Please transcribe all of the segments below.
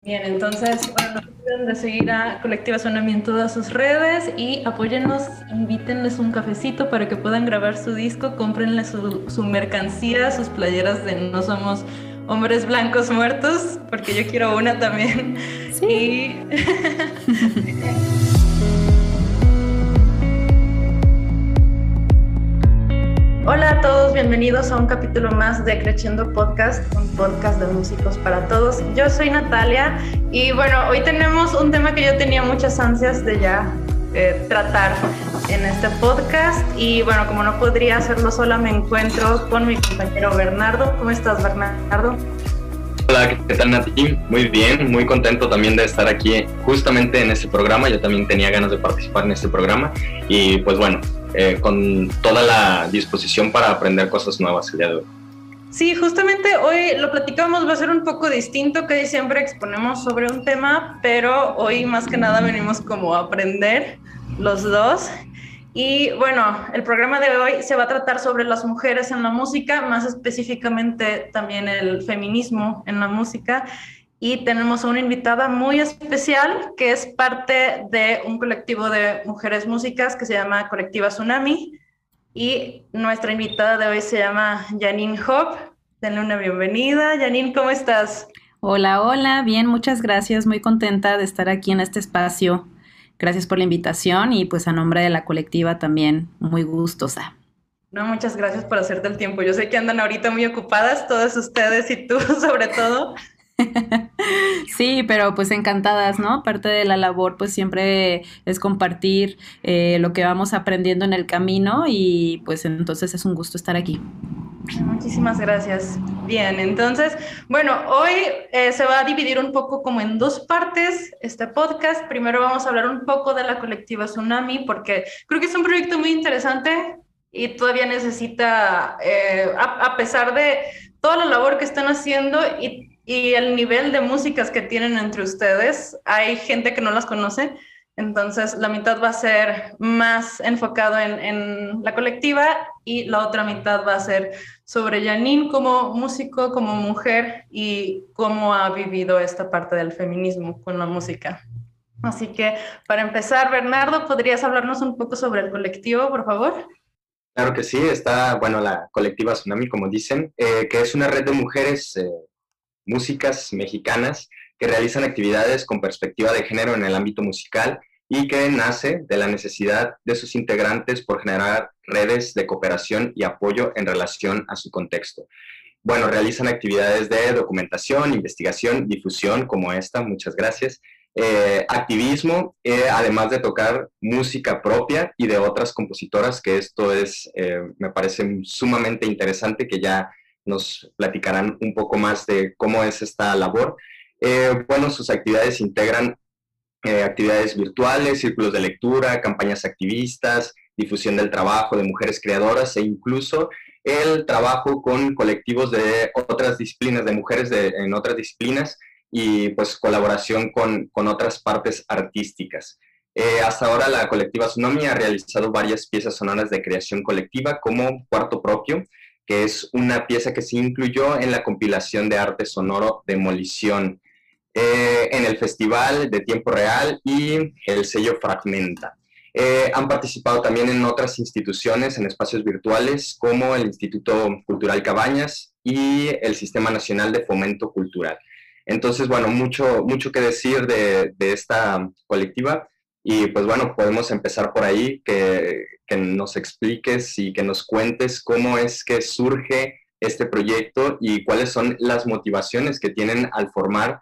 Bien, entonces, bueno, no olviden de seguir a Colectiva Tsunami en todas sus redes y apóyennos, invítenles un cafecito para que puedan grabar su disco, cómprenle su mercancía, sus playeras de No Somos Hombres Blancos Muertos, porque yo quiero una también. Sí. Y hola a todos, bienvenidos a un capítulo más de Creciendo Podcast, un podcast de músicos para todos. Yo soy Natalia y bueno, hoy tenemos un tema que yo tenía muchas ansias de ya tratar en este podcast y bueno, como no podría hacerlo sola, me encuentro con mi compañero Bernardo. ¿Cómo estás, Bernardo? Hola, ¿qué tal, Nati? Muy bien, muy contento también de estar aquí justamente en este programa. Yo también tenía ganas de participar en este programa y pues bueno, con toda la disposición para aprender cosas nuevas el día de hoy. Sí, justamente hoy lo platicamos, va a ser un poco distinto, que siempre exponemos sobre un tema, pero hoy más que nada venimos como a aprender los dos. Y bueno, el programa de hoy se va a tratar sobre las mujeres en la música, más específicamente también el feminismo en la música. Y tenemos a una invitada muy especial que es parte de un colectivo de mujeres músicas que se llama Colectiva Tsunami. Y nuestra invitada de hoy se llama Janine Hop. Denle una bienvenida. Janine, ¿cómo estás? Hola, hola, bien, muchas gracias, muy contenta de estar aquí en este espacio. Gracias por la invitación y pues a nombre de la colectiva también muy gustosa. No, muchas gracias por hacerte el tiempo. Yo sé que andan ahorita muy ocupadas, todas ustedes y tú sobre todo. Sí, pero pues encantadas, ¿no? Parte de la labor pues siempre es compartir lo que vamos aprendiendo en el camino y pues entonces es un gusto estar aquí. Muchísimas gracias. Bien, entonces, bueno, hoy se va a dividir un poco como en dos partes este podcast. Primero vamos a hablar un poco de la colectiva Tsunami, porque creo que es un proyecto muy interesante y todavía necesita, a pesar de toda la labor que están haciendo y el nivel de músicas que tienen entre ustedes, hay gente que no las conoce. Entonces, la mitad va a ser más enfocado en la colectiva y la otra mitad va a ser sobre Janine como músico, como mujer y cómo ha vivido esta parte del feminismo con la música. Así que para empezar, Bernardo, ¿podrías hablarnos un poco sobre el colectivo, por favor? Claro que sí, está, bueno, la colectiva Tsunami, como dicen, que es una red de mujeres músicas mexicanas que realizan actividades con perspectiva de género en el ámbito musical y que nace de la necesidad de sus integrantes por generar redes de cooperación y apoyo en relación a su contexto. Bueno, realizan actividades de documentación, investigación, difusión como esta, muchas gracias, activismo, además de tocar música propia y de otras compositoras, que esto es, me parece sumamente interesante, que ya nos platicarán un poco más de cómo es esta labor. Bueno, sus actividades integran actividades virtuales, círculos de lectura, campañas activistas, difusión del trabajo de mujeres creadoras e incluso el trabajo con colectivos de otras disciplinas, de mujeres en otras disciplinas y pues colaboración con otras partes artísticas. Hasta ahora la colectiva Tsunami ha realizado varias piezas sonoras de creación colectiva como Cuarto Propio, que es una pieza que se incluyó en la compilación de arte sonoro Demolición, en el Festival de Tiempo Real y el sello Fragmenta. Han participado también en otras instituciones, en espacios virtuales, como el Instituto Cultural Cabañas y el Sistema Nacional de Fomento Cultural. Entonces, bueno, mucho que decir de esta colectiva. Y pues bueno, podemos empezar por ahí, que nos expliques y que nos cuentes cómo es que surge este proyecto y cuáles son las motivaciones que tienen al formar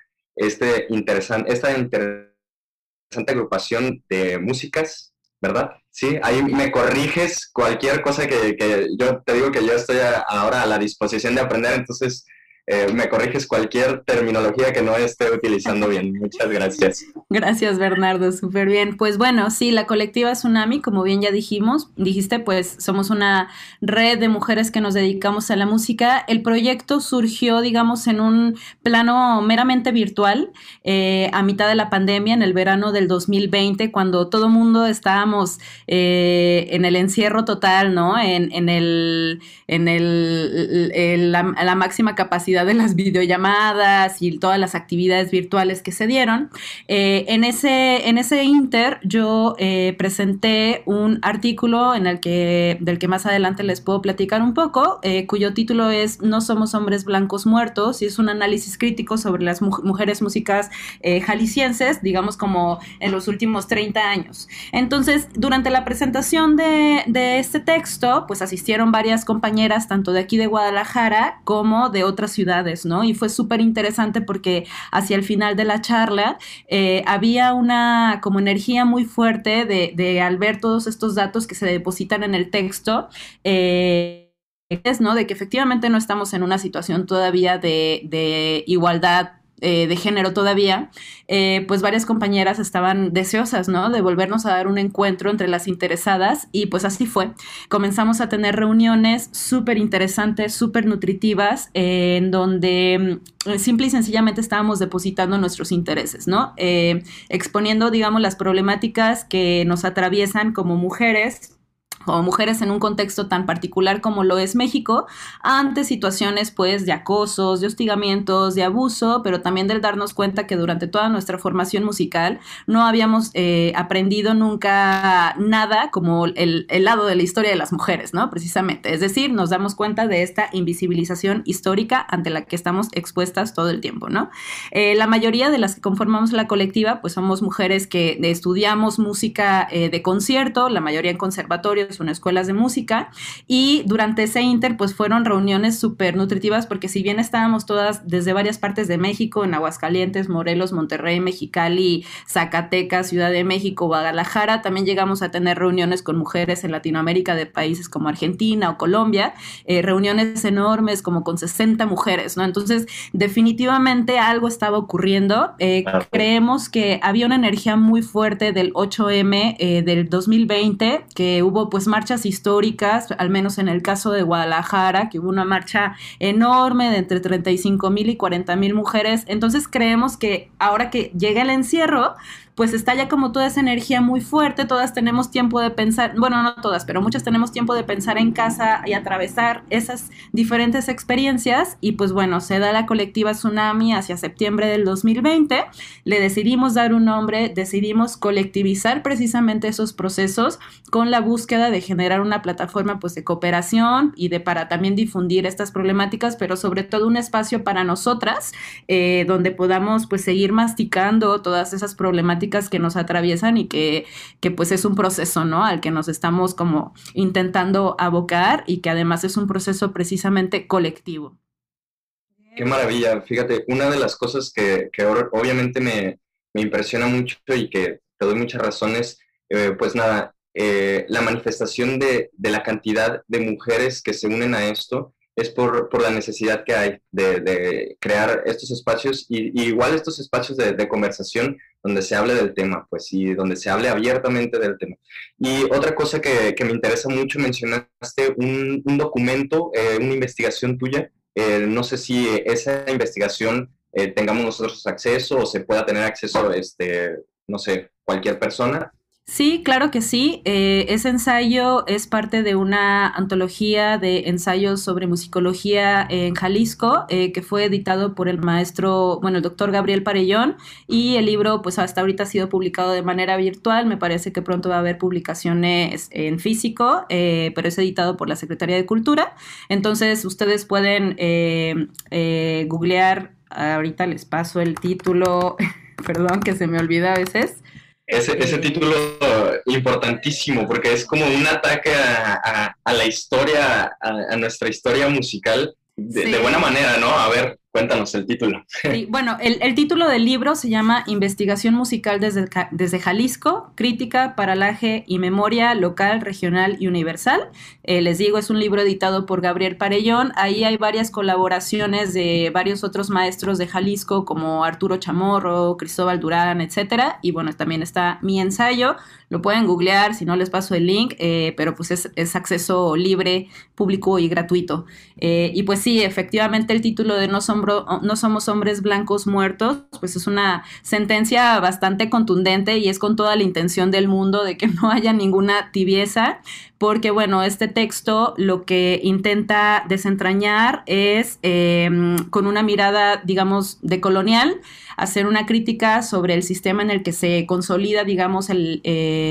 esta interesante agrupación de músicas, ¿verdad? Sí, ahí me corriges cualquier cosa que yo te digo que yo estoy ahora a la disposición de aprender, entonces me corriges cualquier terminología que no esté utilizando bien. Muchas gracias. Gracias, Bernardo, súper bien. Pues bueno, sí, la colectiva Tsunami, como bien ya dijiste, pues somos una red de mujeres que nos dedicamos a la música. El proyecto surgió, digamos, en un plano meramente virtual, a mitad de la pandemia, en el verano del 2020, cuando todo mundo estábamos en el encierro total, ¿no? En la máxima capacidad modalidad de las videollamadas y todas las actividades virtuales que se dieron. En ese inter yo presenté un artículo del que más adelante les puedo platicar un poco, cuyo título es No somos hombres blancos muertos, y es un análisis crítico sobre las mujeres músicas jaliscienses, digamos como en los últimos 30 años. Entonces, durante la presentación de este texto, pues asistieron varias compañeras, tanto de aquí de Guadalajara como de otras ciudades, ¿no? Y fue súper interesante porque hacia el final de la charla había una como energía muy fuerte de al ver todos estos datos que se depositan en el texto, ¿no? De que efectivamente no estamos en una situación todavía de igualdad de género todavía, pues varias compañeras estaban deseosas, ¿no? De volvernos a dar un encuentro entre las interesadas, y pues así fue. Comenzamos a tener reuniones súper interesantes, súper nutritivas, en donde simple y sencillamente estábamos depositando nuestros intereses, ¿no? Exponiendo, digamos, las problemáticas que nos atraviesan como mujeres, o mujeres en un contexto tan particular como lo es México, ante situaciones pues de acosos, de hostigamientos, de abuso, pero también del darnos cuenta que durante toda nuestra formación musical no habíamos aprendido nunca nada como el lado de la historia de las mujeres, ¿no? Precisamente, es decir, nos damos cuenta de esta invisibilización histórica ante la que estamos expuestas todo el tiempo, ¿no? La mayoría de las que conformamos la colectiva pues somos mujeres que estudiamos música de concierto, la mayoría en conservatorios, en escuelas de música, y durante ese inter pues fueron reuniones súper nutritivas, porque si bien estábamos todas desde varias partes de México, en Aguascalientes, Morelos, Monterrey, Mexicali, Zacatecas, Ciudad de México, Guadalajara, también llegamos a tener reuniones con mujeres en Latinoamérica de países como Argentina o Colombia, reuniones enormes como con 60 mujeres, ¿no? Entonces definitivamente algo estaba ocurriendo. Creemos que había una energía muy fuerte del 8M del 2020, que hubo pues marchas históricas, al menos en el caso de Guadalajara, que hubo una marcha enorme de entre 35,000 y 40,000 mujeres. Entonces creemos que ahora que llega el encierro, pues está ya como toda esa energía muy fuerte, todas tenemos tiempo de pensar, bueno, no todas, pero muchas tenemos tiempo de pensar en casa y atravesar esas diferentes experiencias, y pues bueno, se da la colectiva Tsunami hacia septiembre del 2020, le decidimos dar un nombre, decidimos colectivizar precisamente esos procesos con la búsqueda de generar una plataforma pues de cooperación y para también difundir estas problemáticas, pero sobre todo un espacio para nosotras, donde podamos pues seguir masticando todas esas problemáticas que nos atraviesan, y que pues es un proceso, ¿no? Al que nos estamos como intentando abocar, y que además es un proceso precisamente colectivo. Qué maravilla. Fíjate, una de las cosas que obviamente me impresiona mucho y que te doy muchas razones, pues nada, la manifestación de la cantidad de mujeres que se unen a esto es por la necesidad que hay de crear estos espacios, y igual estos espacios de conversación donde se hable del tema, pues, y donde se hable abiertamente del tema. Y otra cosa que me interesa mucho, mencionaste un documento, una investigación tuya. No sé si esa investigación tengamos nosotros acceso, o se pueda tener acceso, no sé, cualquier persona. Sí, claro que sí. Ese ensayo es parte de una antología de ensayos sobre musicología en Jalisco, que fue editado por el maestro, bueno, el doctor Gabriel Parellón, y el libro pues hasta ahorita ha sido publicado de manera virtual. Me parece que pronto va a haber publicaciones en físico, pero es editado por la Secretaría de Cultura. Entonces ustedes pueden googlear, ahorita les paso el título, perdón que se me olvida a veces. Ese título importantísimo, porque es como un ataque a la historia, a nuestra historia musical, de buena manera, ¿no? A ver, cuéntanos el título. Sí, bueno, el título del libro se llama Investigación musical desde Jalisco, crítica, paralaje y memoria local, regional y universal. Les digo, es un libro editado por Gabriel Parellón. Ahí hay varias colaboraciones de varios otros maestros de Jalisco, como Arturo Chamorro, Cristóbal Durán, etcétera. Y bueno, también está mi ensayo. Lo pueden googlear, si no les paso el link, pero pues es acceso libre, público y gratuito. Y pues sí, efectivamente el título de No somos no somos hombres blancos muertos, pues es una sentencia bastante contundente y es con toda la intención del mundo de que no haya ninguna tibieza, porque bueno, este texto lo que intenta desentrañar es con una mirada, digamos, decolonial, hacer una crítica sobre el sistema en el que se consolida, digamos, el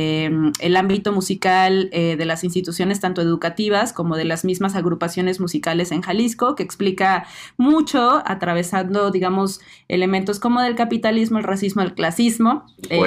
ámbito musical de las instituciones tanto educativas como de las mismas agrupaciones musicales en Jalisco, que explica mucho, atravesando, digamos, elementos como del capitalismo, el racismo, el clasismo,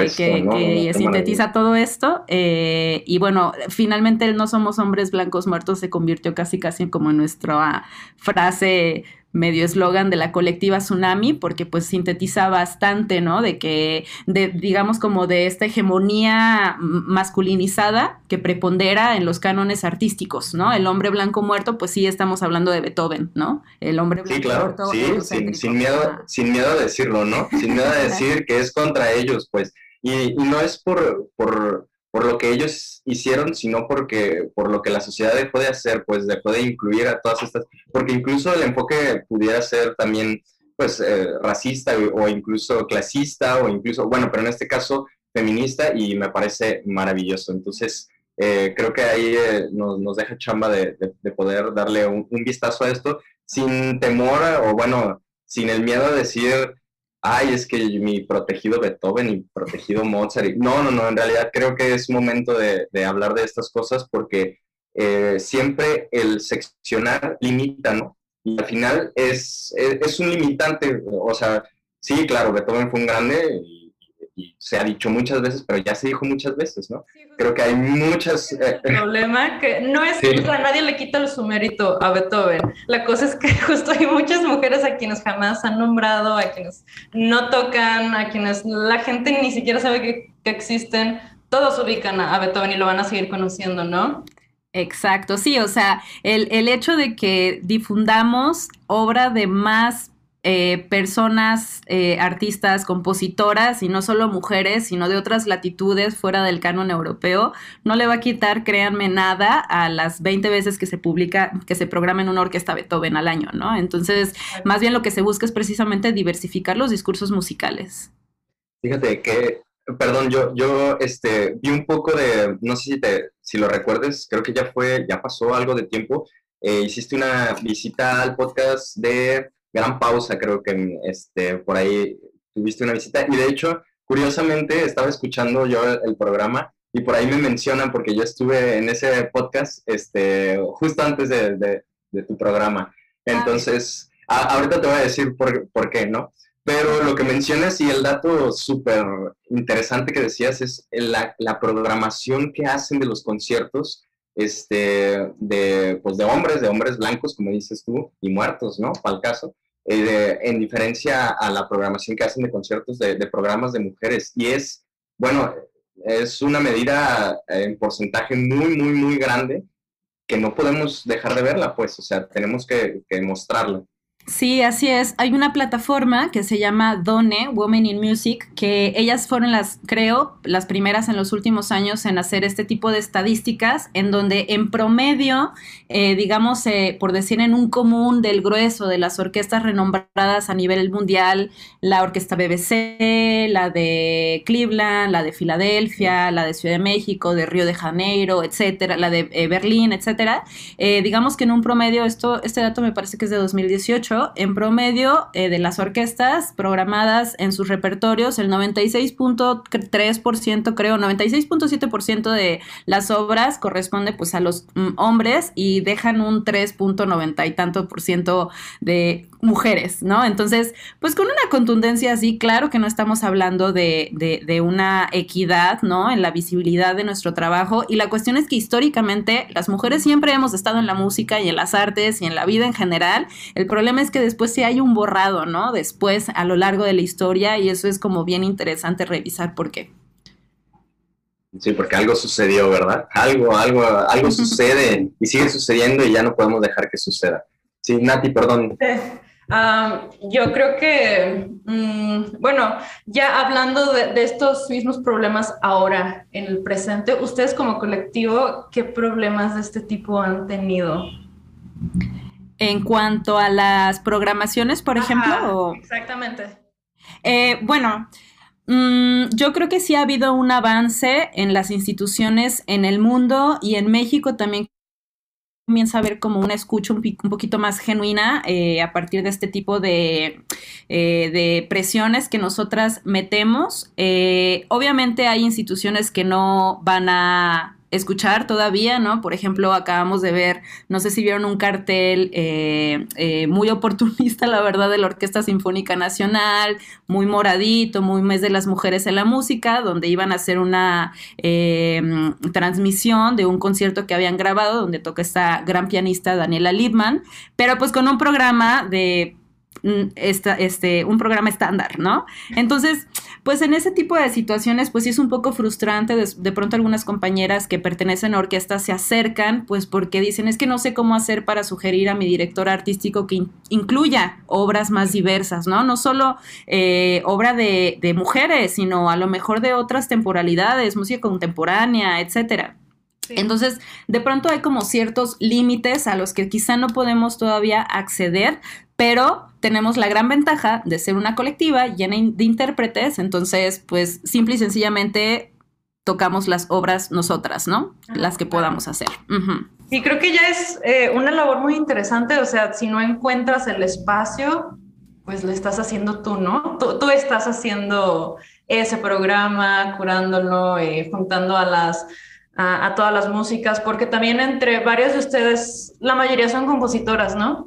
que sintetiza todo esto. Y bueno, finalmente el no somos hombres blancos muertos se convirtió casi como en nuestra frase medio eslogan de la colectiva Tsunami, porque pues sintetiza bastante, ¿no? Digamos como de esta hegemonía masculinizada que prepondera en los cánones artísticos, ¿no? El hombre blanco muerto, pues sí estamos hablando de Beethoven, ¿no? El hombre blanco muerto. Sí, sin miedo a decirlo, ¿no? Sin miedo a decir que es contra ellos, pues. Y no es por lo que ellos hicieron, sino por lo que la sociedad dejó de hacer, pues dejó de incluir a todas estas, porque incluso el enfoque pudiera ser también, pues, racista o incluso clasista, o incluso, bueno, pero en este caso feminista, y me parece maravilloso. Entonces, creo que ahí nos deja chamba de poder darle un vistazo a esto, sin temor, o bueno, sin el miedo a decir, ay, es que mi protegido Beethoven y protegido Mozart. No, en realidad creo que es momento de hablar de estas cosas, porque siempre el seccionar limita, ¿no? Y al final es un limitante. O sea, sí, claro, Beethoven fue un grande y se ha dicho muchas veces, pero ya se dijo muchas veces, ¿no? Sí, creo que hay muchas... El problema que no es, sí. O sea, nadie le quita su mérito a Beethoven. La cosa es que justo hay muchas mujeres a quienes jamás han nombrado, a quienes no tocan, a quienes la gente ni siquiera sabe que existen. Todos ubican a Beethoven y lo van a seguir conociendo, ¿no? Exacto, sí, o sea, el hecho de que difundamos obra de más personas, artistas, compositoras, y no solo mujeres, sino de otras latitudes fuera del canon europeo, no le va a quitar, créanme, nada a las 20 veces que se programa en una orquesta Beethoven al año, ¿no? Entonces, más bien lo que se busca es precisamente diversificar los discursos musicales. Fíjate que, perdón, yo vi un poco de, no sé si lo recuerdes, creo que ya pasó algo de tiempo, hiciste una visita al podcast de Gran Pausa, creo que por ahí tuviste una visita, y de hecho, curiosamente, estaba escuchando yo el programa, y por ahí me mencionan, porque yo estuve en ese podcast justo antes de tu programa. Entonces, ahorita te voy a decir por qué, ¿no? Pero lo que mencionas y el dato súper interesante que decías es la programación que hacen de los conciertos de hombres blancos, como dices tú, y muertos, ¿no? Para el caso, en diferencia a la programación que hacen de conciertos de programas de mujeres. Y es una medida en porcentaje muy, muy, muy grande que no podemos dejar de verla, pues, o sea, tenemos que mostrarla. Sí, así es. Hay una plataforma que se llama DONE, Women in Music, que ellas fueron las primeras en los últimos años en hacer este tipo de estadísticas, en donde en promedio, digamos, por decir en un común del grueso de las orquestas renombradas a nivel mundial, la orquesta BBC, la de Cleveland, la de Filadelfia, la de Ciudad de México, de Río de Janeiro, etcétera, la de Berlín, etcétera, digamos que en un promedio, este dato me parece que es de 2018, en promedio de las orquestas programadas en sus repertorios, el 96.3%, creo, 96.7% de las obras corresponde pues a los hombres y dejan un 3.90 y tanto por ciento de mujeres, ¿no? Entonces, pues con una contundencia así, claro que no estamos hablando de una equidad, ¿no? En la visibilidad de nuestro trabajo, y la cuestión es que históricamente las mujeres siempre hemos estado en la música y en las artes y en la vida en general. El problema es que después sí hay un borrado, ¿no? Después a lo largo de la historia, y eso es como bien interesante revisar por qué. Sí, porque algo sucedió, ¿verdad? Algo sucede y sigue sucediendo y ya no podemos dejar que suceda. Sí, Nati, perdón. Yo creo que, ya hablando de estos mismos problemas ahora, en el presente, ustedes como colectivo, ¿qué problemas de este tipo han tenido? En cuanto a las programaciones, por ejemplo, o... Exactamente. Bueno, yo creo que sí ha habido un avance en las instituciones en el mundo y en México también comienza a haber como una escucha un poquito más genuina a partir de este tipo de presiones que nosotras metemos. Obviamente hay instituciones que no van a escuchar todavía, ¿no? Por ejemplo, acabamos de ver, no sé si vieron un cartel muy oportunista, la verdad, de la Orquesta Sinfónica Nacional, muy moradito, muy mes de las mujeres en la música, donde iban a hacer una transmisión de un concierto que habían grabado, donde toca esta gran pianista Daniela Liebman, pero pues con un programa de un programa estándar, ¿no? Entonces, pues en ese tipo de situaciones, pues sí es un poco frustrante. De pronto algunas compañeras que pertenecen a orquestas se acercan, pues porque dicen, es que no sé cómo hacer para sugerir a mi director artístico que incluya obras más diversas, ¿no? No solo obra de mujeres, sino a lo mejor de otras temporalidades, música contemporánea, etcétera. Sí. Entonces, de pronto hay como ciertos límites a los que quizá no podemos todavía acceder, pero tenemos la gran ventaja de ser una colectiva llena de intérpretes, entonces, pues, simple y sencillamente tocamos las obras nosotras, ¿no? Las que podamos hacer. Uh-huh. Sí, creo que ya es una labor muy interesante, o sea, si no encuentras el espacio, pues lo estás haciendo tú, ¿no? Tú estás haciendo ese programa, curándolo, juntando a todas las músicas, porque también entre varias de ustedes, la mayoría son compositoras, ¿no?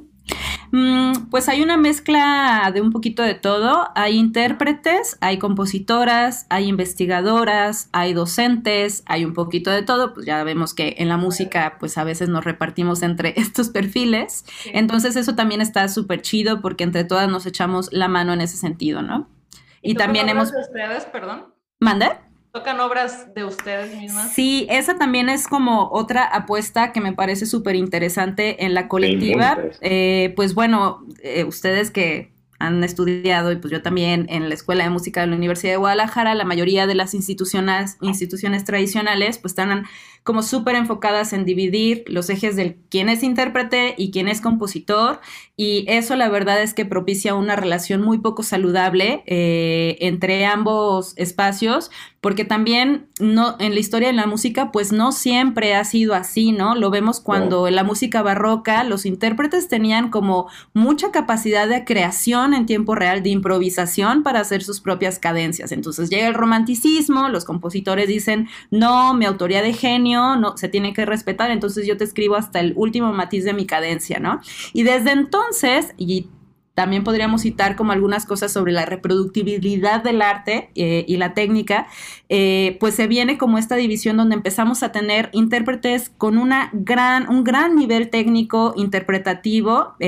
Pues hay una mezcla de un poquito de todo. Hay intérpretes, hay compositoras, hay investigadoras, hay docentes, hay un poquito de todo. Pues ya vemos que en la música pues a veces nos repartimos entre estos perfiles. Sí. Entonces eso también está súper chido porque entre todas nos echamos la mano en ese sentido, ¿no? Y también hemos... de ustedes, perdón? ¿Mande? ¿Tocan obras de ustedes mismas? Sí, esa también es como otra apuesta que me parece súper interesante en la colectiva. Pues bueno, ustedes que han estudiado, y pues yo también en la Escuela de Música de la Universidad de Guadalajara, la mayoría de las instituciones tradicionales pues están como súper enfocadas en dividir los ejes del quién es intérprete y quién es compositor, y eso la verdad es que propicia una relación muy poco saludable entre ambos espacios, porque también no, en la historia de la música pues no siempre ha sido así, ¿no? Lo vemos cuando en la música barroca los intérpretes tenían como mucha capacidad de creación en tiempo real, de improvisación para hacer sus propias cadencias. Entonces llega el romanticismo, los compositores dicen, no, mi autoría de genio no se tiene que respetar, entonces yo te escribo hasta el último matiz de mi cadencia, ¿no? Y desde entonces, y también podríamos citar como algunas cosas sobre la reproductibilidad del arte y la técnica, pues se viene como esta división donde empezamos a tener intérpretes con un gran nivel técnico interpretativo,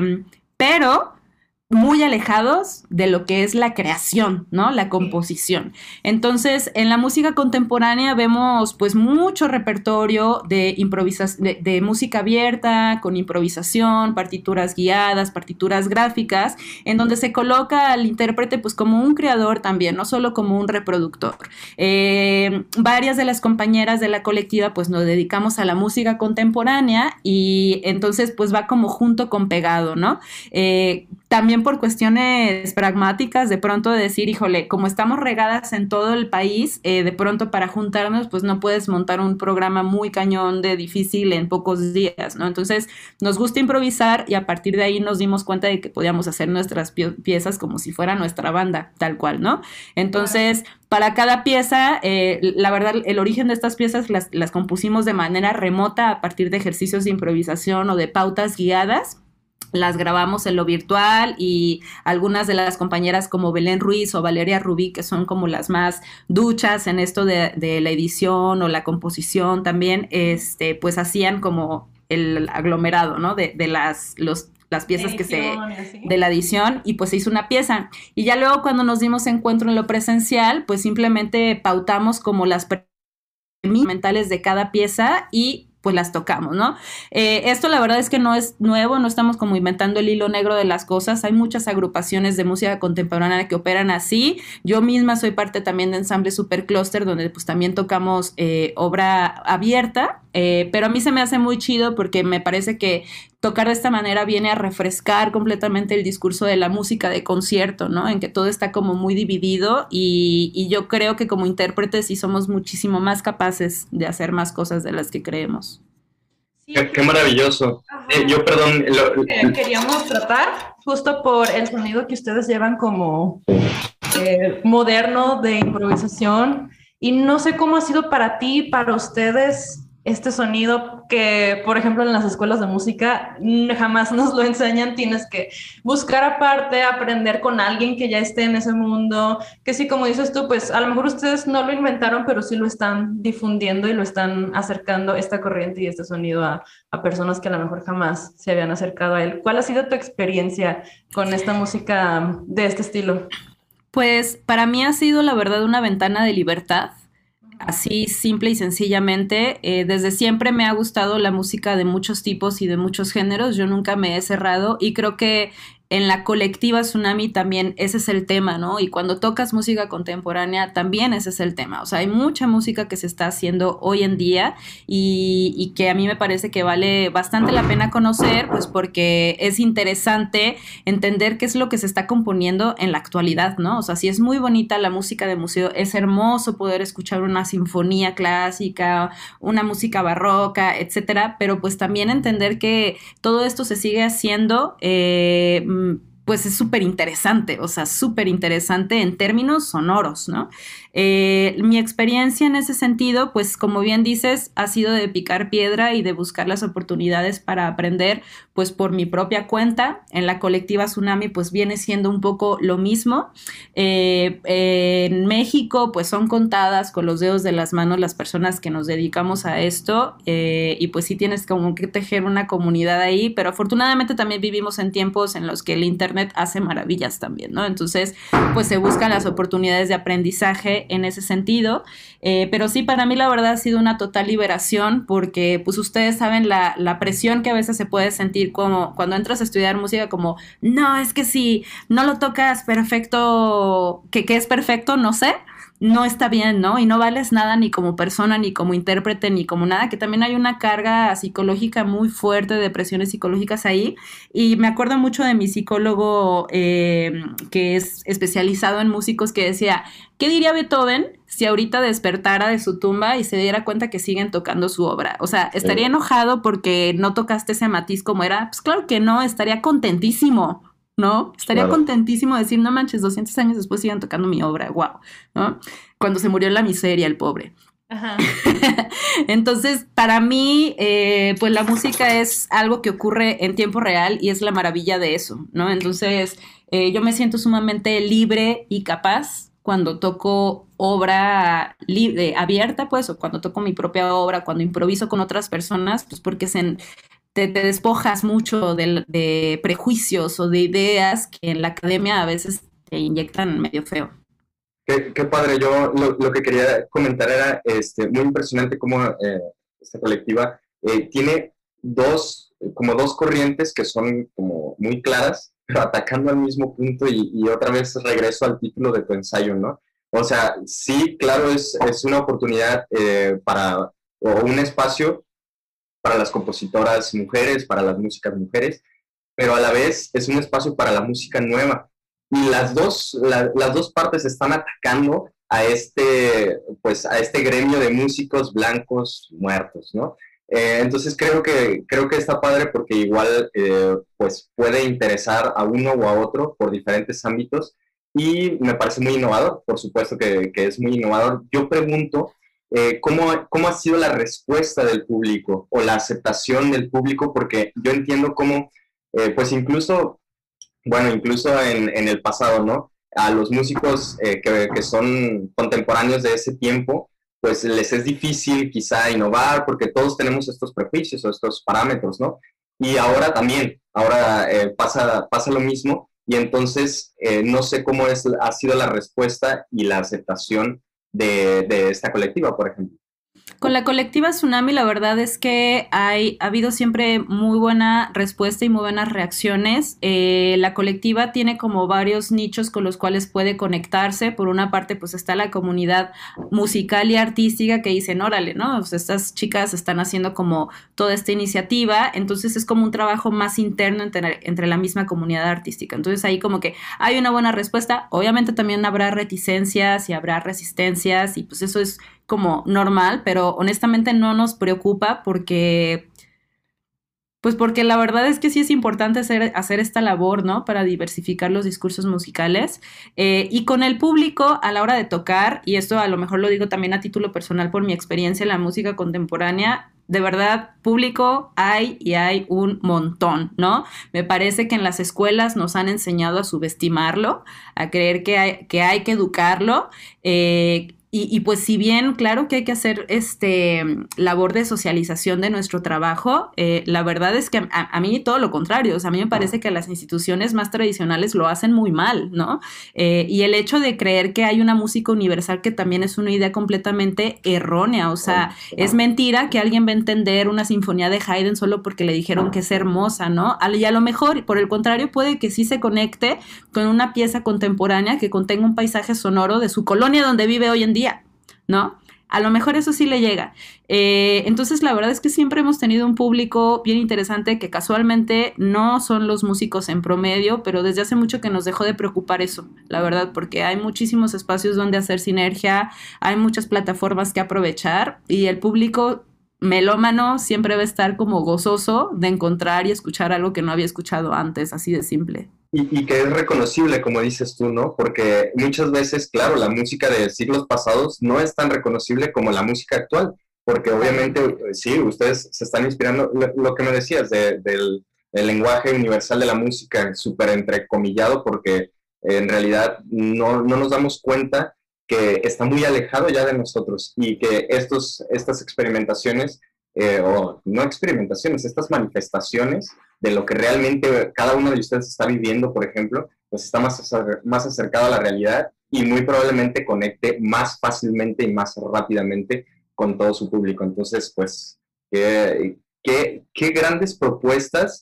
pero muy alejados de lo que es la creación, ¿no? La composición. Entonces, en la música contemporánea vemos pues mucho repertorio de improvisación, de música abierta, con improvisación, partituras guiadas, partituras gráficas, en donde se coloca al intérprete pues como un creador también, no solo como un reproductor. Varias de las compañeras de la colectiva pues nos dedicamos a la música contemporánea y entonces pues va como junto con pegado, ¿no? También por cuestiones pragmáticas, de pronto decir, híjole, como estamos regadas en todo el país, de pronto para juntarnos, pues no puedes montar un programa muy cañón de difícil en pocos días, ¿no? Entonces, nos gusta improvisar y a partir de ahí nos dimos cuenta de que podíamos hacer nuestras piezas como si fuera nuestra banda, tal cual, ¿no? Entonces, para cada pieza, la verdad, el origen de estas piezas las compusimos de manera remota a partir de ejercicios de improvisación o de pautas guiadas. Las grabamos en lo virtual y algunas de las compañeras como Belén Ruiz o Valeria Rubí, que son como las más duchas en esto de la edición o la composición también, pues hacían como el aglomerado, ¿no? De las piezas de la edición, y pues se hizo una pieza. Y ya luego cuando nos dimos encuentro en lo presencial, pues simplemente pautamos como las mentales de cada pieza y pues las tocamos, ¿no? Esto la verdad es que no es nuevo, no estamos como inventando el hilo negro de las cosas, hay muchas agrupaciones de música contemporánea que operan así. Yo misma soy parte también de Ensamble Supercluster, donde pues también tocamos obra abierta, Pero a mí se me hace muy chido porque me parece que tocar de esta manera viene a refrescar completamente el discurso de la música de concierto, ¿no? En que todo está como muy dividido y yo creo que como intérpretes sí somos muchísimo más capaces de hacer más cosas de las que creemos. Sí, Qué maravilloso. Yo, perdón, queríamos tratar justo por el sonido que ustedes llevan como moderno de improvisación y no sé cómo ha sido para ti, para ustedes este sonido que, por ejemplo, en las escuelas de música jamás nos lo enseñan, tienes que buscar aparte, aprender con alguien que ya esté en ese mundo, que sí, como dices tú, pues a lo mejor ustedes no lo inventaron, pero sí lo están difundiendo y lo están acercando esta corriente y este sonido a personas que a lo mejor jamás se habían acercado a él. ¿Cuál ha sido tu experiencia con esta música de este estilo? Pues para mí ha sido la verdad una ventana de libertad, así simple y sencillamente. Desde siempre me ha gustado la música de muchos tipos y de muchos géneros, yo nunca me he cerrado y creo que en la colectiva Tsunami también ese es el tema, ¿no? Y cuando tocas música contemporánea también ese es el tema. O sea, hay mucha música que se está haciendo hoy en día y que a mí me parece que vale bastante la pena conocer, pues porque es interesante entender qué es lo que se está componiendo en la actualidad, ¿no? O sea, si es muy bonita la música de museo, es hermoso poder escuchar una sinfonía clásica, una música barroca, etcétera, pero pues también entender que todo esto se sigue haciendo, pues es súper interesante, o sea, súper interesante en términos sonoros, ¿no? Mi experiencia en ese sentido, pues como bien dices, ha sido de picar piedra y de buscar las oportunidades para aprender, pues por mi propia cuenta. En la colectiva Tsunami, pues viene siendo un poco lo mismo. En México, pues son contadas con los dedos de las manos las personas que nos dedicamos a esto, y pues sí tienes como que tejer una comunidad ahí, pero afortunadamente también vivimos en tiempos en los que el internet hace maravillas también, ¿no? Entonces, pues se buscan las oportunidades de aprendizaje en ese sentido, pero sí, para mí la verdad ha sido una total liberación porque pues ustedes saben la presión que a veces se puede sentir como cuando entras a estudiar música, como, no, es que si no lo tocas perfecto, que es perfecto, no sé, no está bien, ¿no? Y no vales nada ni como persona, ni como intérprete, ni como nada, que también hay una carga psicológica muy fuerte de presiones psicológicas ahí. Y me acuerdo mucho de mi psicólogo, que es especializado en músicos, que decía, ¿qué diría Beethoven si ahorita despertara de su tumba y se diera cuenta que siguen tocando su obra? O sea, ¿estaría enojado porque no tocaste ese matiz como era? Pues claro que no, estaría contentísimo, ¿no? Estaría contentísimo de decir, no manches, 200 años después siguen tocando mi obra, wow, ¿no? Cuando se murió en la miseria, el pobre. Ajá. Entonces, para mí, pues la música es algo que ocurre en tiempo real y es la maravilla de eso, ¿no? Entonces, yo me siento sumamente libre y capaz cuando toco obra abierta, pues, o cuando toco mi propia obra, cuando improviso con otras personas, pues porque te despojas mucho de prejuicios o de ideas que en la academia a veces te inyectan medio feo. Qué padre. Yo lo que quería comentar era muy impresionante cómo esta colectiva tiene como dos corrientes que son como muy claras, pero atacando al mismo punto y otra vez regreso al título de tu ensayo, ¿no? O sea, sí, claro, es una oportunidad o un espacio para las compositoras mujeres, para las músicas mujeres, pero a la vez es un espacio para la música nueva. Y las dos partes están atacando a pues, a este gremio de músicos blancos muertos, ¿no? Entonces creo que está padre porque igual pues puede interesar a uno o a otro por diferentes ámbitos y me parece muy innovador, por supuesto que es muy innovador. Yo pregunto, ¿cómo ha sido la respuesta del público o la aceptación del público? Porque yo entiendo cómo, pues incluso en el pasado, ¿no? A los músicos que son contemporáneos de ese tiempo, pues les es difícil quizá innovar porque todos tenemos estos prejuicios o estos parámetros, ¿no? Y ahora también, pasa lo mismo y entonces no sé cómo ha sido la respuesta y la aceptación de esta colectiva, por ejemplo. Con la colectiva Tsunami, la verdad es que ha habido siempre muy buena respuesta y muy buenas reacciones. La colectiva tiene como varios nichos con los cuales puede conectarse. Por una parte, pues está la comunidad musical y artística que dicen, órale, ¿no? Pues estas chicas están haciendo como toda esta iniciativa. Entonces es como un trabajo más interno entre la misma comunidad artística. Entonces ahí como que hay una buena respuesta. Obviamente también habrá reticencias y habrá resistencias y pues eso es como normal, pero honestamente no nos preocupa porque la verdad es que sí es importante hacer esta labor, ¿no? Para diversificar los discursos musicales. Y con el público a la hora de tocar, y esto a lo mejor lo digo también a título personal por mi experiencia en la música contemporánea, de verdad, público hay un montón, ¿no? Me parece que en las escuelas nos han enseñado a subestimarlo, a creer que hay que educarlo, y pues si bien, claro que hay que hacer labor de socialización de nuestro trabajo, la verdad es que a mí todo lo contrario, o sea, a mí me parece que las instituciones más tradicionales lo hacen muy mal, ¿no? Y el hecho de creer que hay una música universal que también es una idea completamente errónea, o sea, es mentira que alguien va a entender una sinfonía de Haydn solo porque le dijeron que es hermosa, ¿no? Y a lo mejor, por el contrario, puede que sí se conecte con una pieza contemporánea que contenga un paisaje sonoro de su colonia donde vive hoy en día, ¿no? A lo mejor eso sí le llega. Entonces, la verdad es que siempre hemos tenido un público bien interesante que casualmente no son los músicos en promedio, pero desde hace mucho que nos dejó de preocupar eso, la verdad, porque hay muchísimos espacios donde hacer sinergia, hay muchas plataformas que aprovechar y el público melómano siempre va a estar como gozoso de encontrar y escuchar algo que no había escuchado antes, así de simple. Y que es reconocible, como dices tú, ¿no? Porque muchas veces, claro, la música de siglos pasados no es tan reconocible como la música actual, porque obviamente, sí, ustedes se están inspirando, lo que me decías del lenguaje universal de la música, súper entrecomillado, porque en realidad no nos damos cuenta que está muy alejado ya de nosotros y que estas experimentaciones, o no experimentaciones, estas manifestaciones de lo que realmente cada uno de ustedes está viviendo, por ejemplo, pues está más acercado a la realidad y muy probablemente conecte más fácilmente y más rápidamente con todo su público. Entonces, pues, qué grandes propuestas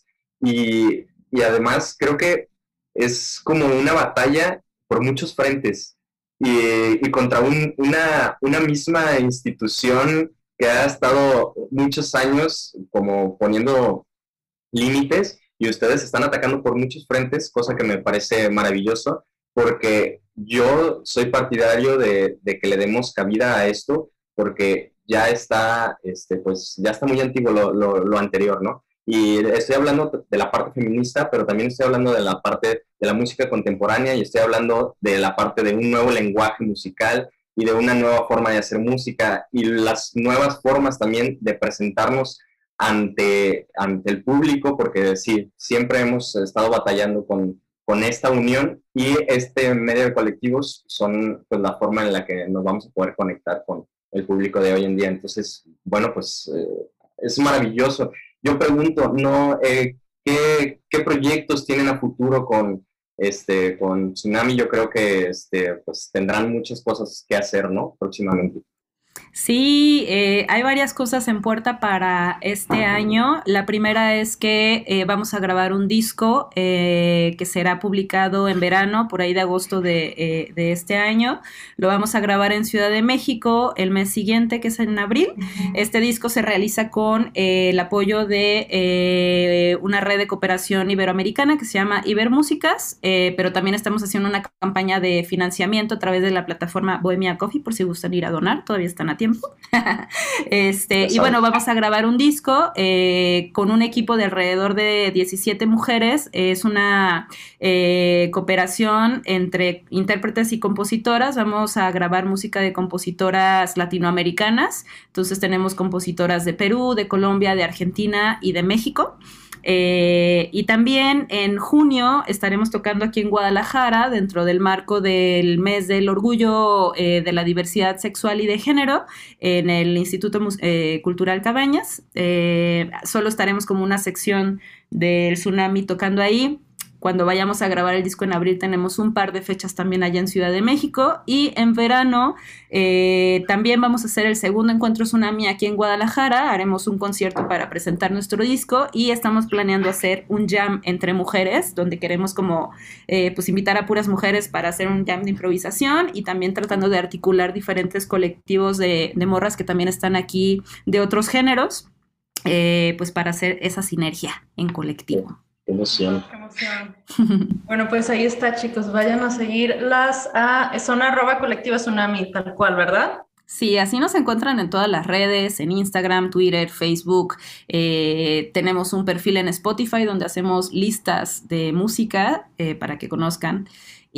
y además creo que es como una batalla por muchos frentes y contra una misma institución que ha estado muchos años como poniendo límites y ustedes están atacando por muchos frentes, cosa que me parece maravilloso, porque yo soy partidario de que le demos cabida a esto, porque ya está, pues, ya está muy antiguo lo anterior, ¿no? Y estoy hablando de la parte feminista, pero también estoy hablando de la parte de la música contemporánea y estoy hablando de la parte de un nuevo lenguaje musical y de una nueva forma de hacer música y las nuevas formas también de presentarnos ante el público, porque sí, siempre hemos estado batallando con esta unión y este medio de colectivos son pues la forma en la que nos vamos a poder conectar con el público de hoy en día. Entonces, bueno, pues es maravilloso. Yo pregunto, ¿no? ¿Qué proyectos tienen a futuro con Tsunami? Yo creo que pues tendrán muchas cosas que hacer, ¿no? Próximamente. Sí, hay varias cosas en puerta para este año. La primera es que vamos a grabar un disco que será publicado en verano, por ahí de agosto de este año. Lo vamos a grabar en Ciudad de México el mes siguiente, que es en abril. Este disco se realiza con el apoyo de una red de cooperación iberoamericana que se llama Ibermúsicas, pero también estamos haciendo una campaña de financiamiento a través de la plataforma Bohemia Coffee, por si gustan ir a donar, todavía están a tiempo. Y bueno, vamos a grabar un disco con un equipo de alrededor de 17 mujeres. Es una cooperación entre intérpretes y compositoras. Vamos a grabar música de compositoras latinoamericanas. Entonces tenemos compositoras de Perú, de Colombia, de Argentina y de México. Y también en junio estaremos tocando aquí en Guadalajara dentro del marco del mes del orgullo de la diversidad sexual y de género en el Instituto Cultural Cabañas. Solo estaremos como una sección del Tsunami tocando ahí. cuando vayamos a grabar el disco en abril tenemos un par de fechas también allá en Ciudad de México, y en verano también vamos a hacer el segundo encuentro Tsunami aquí en Guadalajara. Haremos un concierto para presentar nuestro disco y estamos planeando hacer un jam entre mujeres, donde queremos como pues invitar a puras mujeres para hacer un jam de improvisación, y también tratando de articular diferentes colectivos de morras que también están aquí de otros géneros, pues para hacer esa sinergia en colectivo. Qué emoción. Qué emoción. Bueno, pues ahí está, chicos. Vayan a seguirlas. Son @colectiva Tsunami, tal cual, ¿verdad? Sí, así nos encuentran en todas las redes, en Instagram, Twitter, Facebook. Tenemos un perfil en Spotify donde hacemos listas de música para que conozcan.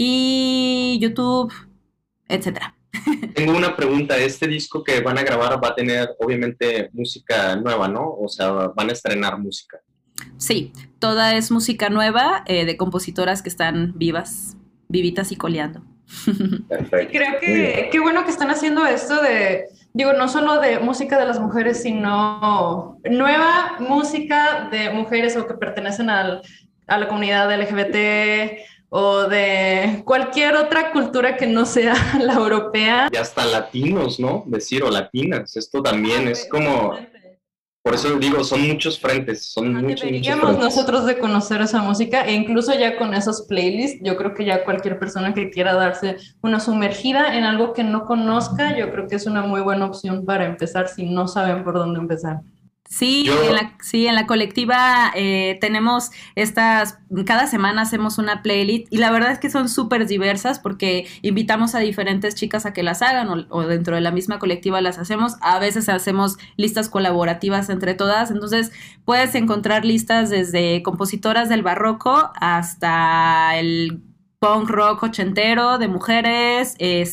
Y YouTube, etcétera. Tengo una pregunta. Este disco que van a grabar va a tener, obviamente, música nueva, ¿no? O sea, van a estrenar música. Sí, toda es música nueva de compositoras que están vivitas y coleando. Perfecto. Y creo que qué bueno que están haciendo esto digo, no solo de música de las mujeres, sino nueva música de mujeres o que pertenecen a la comunidad LGBT o de cualquier otra cultura que no sea la europea. Y hasta latinos, ¿no? Decir, o latinas. Esto también es como... Por eso digo, son muchos frentes, son muchos Deberíamos frentes. nosotros de conocer esa música, e incluso ya con esos playlists, yo creo que ya cualquier persona que quiera darse una sumergida en algo que no conozca, yo creo que es una muy buena opción para empezar si no saben por dónde empezar. Sí, en la colectiva tenemos cada semana hacemos una playlist, y la verdad es que son súper diversas porque invitamos a diferentes chicas a que las hagan, o dentro de la misma colectiva las hacemos. A veces hacemos listas colaborativas entre todas, entonces puedes encontrar listas desde compositoras del barroco hasta el punk rock ochentero de mujeres,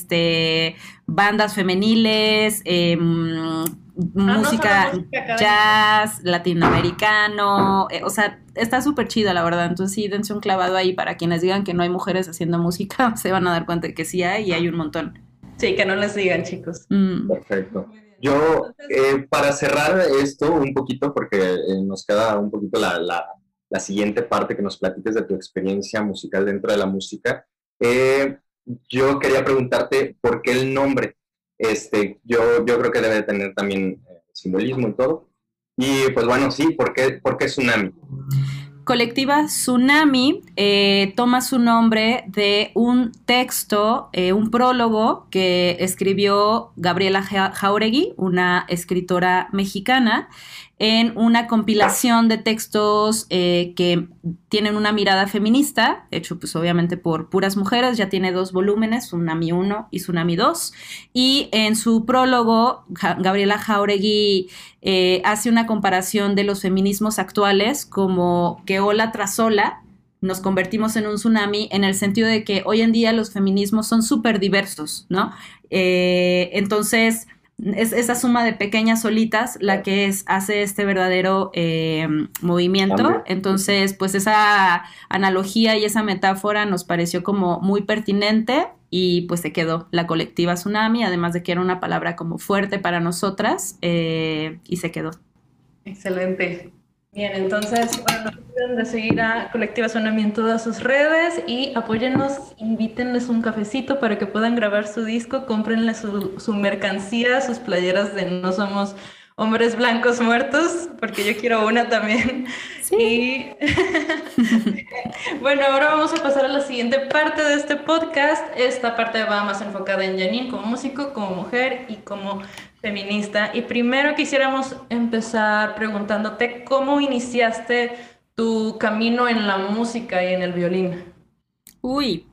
bandas femeniles, música jazz, latinoamericano, o sea, está súper chido, la verdad. Entonces sí, dense un clavado ahí para quienes digan que no hay mujeres haciendo música, se van a dar cuenta de que sí hay, y hay un montón. Sí, que no les digan, chicos. Perfecto. Yo, para cerrar esto un poquito, porque nos queda un poquito la siguiente parte, que nos platiques de tu experiencia musical dentro de la música, yo quería preguntarte por qué el nombre. Yo creo que debe tener también simbolismo y todo. Y pues bueno, sí, ¿por qué Tsunami? Colectiva Tsunami toma su nombre de un texto, un prólogo que escribió Gabriela Jáuregui, una escritora mexicana, en una compilación de textos que tienen una mirada feminista, hecho pues obviamente por puras mujeres. Ya tiene 2 volúmenes, Tsunami 1 y Tsunami 2, y en su prólogo Gabriela Jáuregui hace una comparación de los feminismos actuales, como que ola tras ola nos convertimos en un tsunami, en el sentido de que hoy en día los feminismos son súper diversos, ¿no? Entonces es esa suma de pequeñas olitas la que hace este verdadero movimiento. Entonces, pues esa analogía y esa metáfora nos pareció como muy pertinente, y pues se quedó la colectiva Tsunami, además de que era una palabra como fuerte para nosotras, y se quedó. Excelente. Bien, entonces, bueno, no se olviden de seguir a Colectiva Tsunami en todas sus redes y apóyennos, invítenles un cafecito para que puedan grabar su disco, cómprenle su mercancía, sus playeras de No Somos Hombres Blancos Muertos, porque yo quiero una también. Sí. Y bueno, ahora vamos a pasar a la siguiente parte de este podcast. Esta parte va más enfocada en Janine como músico, como mujer y como feminista. Y primero quisiéramos empezar preguntándote cómo iniciaste tu camino en la música y en el violín. Uy,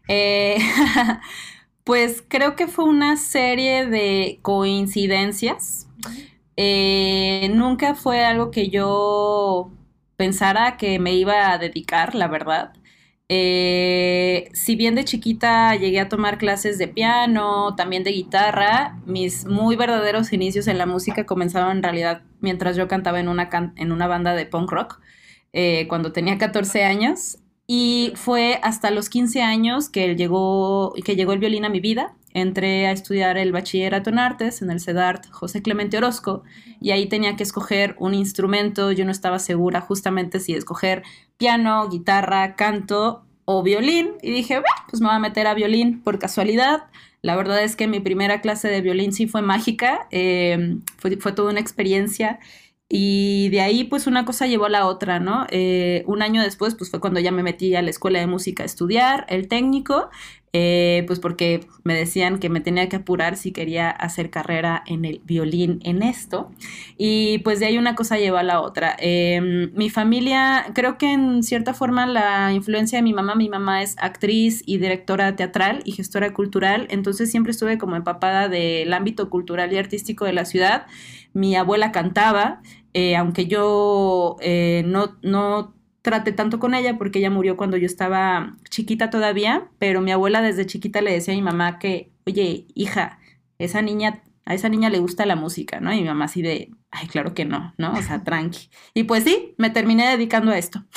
pues creo que fue una serie de coincidencias. Nunca fue algo que yo pensara que me iba a dedicar, la verdad. Si bien de chiquita llegué a tomar clases de piano, también de guitarra, mis muy verdaderos inicios en la música comenzaron en realidad mientras yo cantaba en una banda de punk rock, cuando tenía 14 años. Y fue hasta los 15 años que llegó el violín a mi vida. Entré a estudiar el bachillerato en artes en el CEDART José Clemente Orozco y ahí tenía que escoger un instrumento. Yo no estaba segura justamente si escoger piano, guitarra, canto o violín y dije, "Bah, pues me voy a meter a violín por casualidad". La verdad es que mi primera clase de violín sí fue mágica, fue toda una experiencia y de ahí pues una cosa llevó a la otra, ¿no? Un año después pues fue cuando ya me metí a la escuela de música a estudiar el técnico, pues porque me decían que me tenía que apurar si quería hacer carrera en el violín en esto. Y pues de ahí una cosa llevó a la otra. Mi familia, creo que en cierta forma la influencia de mi mamá es actriz y directora teatral y gestora cultural, entonces siempre estuve como empapada del ámbito cultural y artístico de la ciudad. Mi abuela cantaba, aunque yo no traté tanto con ella porque ella murió cuando yo estaba chiquita todavía, pero mi abuela desde chiquita le decía a mi mamá que, oye, hija, a esa niña le gusta la música, ¿no? Y mi mamá así de, ay, claro que no, ¿no? O sea, tranqui. Y pues sí, me terminé dedicando a esto.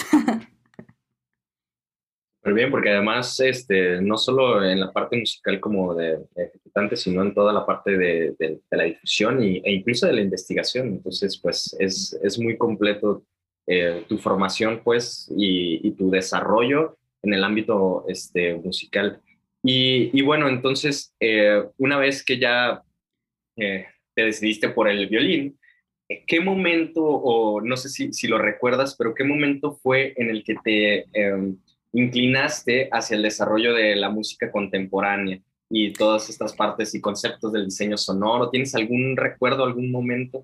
Pero bien, porque además, no solo en la parte musical como de ejecutante, sino en toda la parte de la difusión e incluso de la investigación. Entonces, pues es muy completo tu formación, pues, y tu desarrollo en el ámbito musical. Y bueno, entonces, una vez que ya te decidiste por el violín, ¿qué momento, o no sé si lo recuerdas, pero qué momento fue en el que te inclinaste hacia el desarrollo de la música contemporánea y todas estas partes y conceptos del diseño sonoro? ¿Tienes algún recuerdo, algún momento?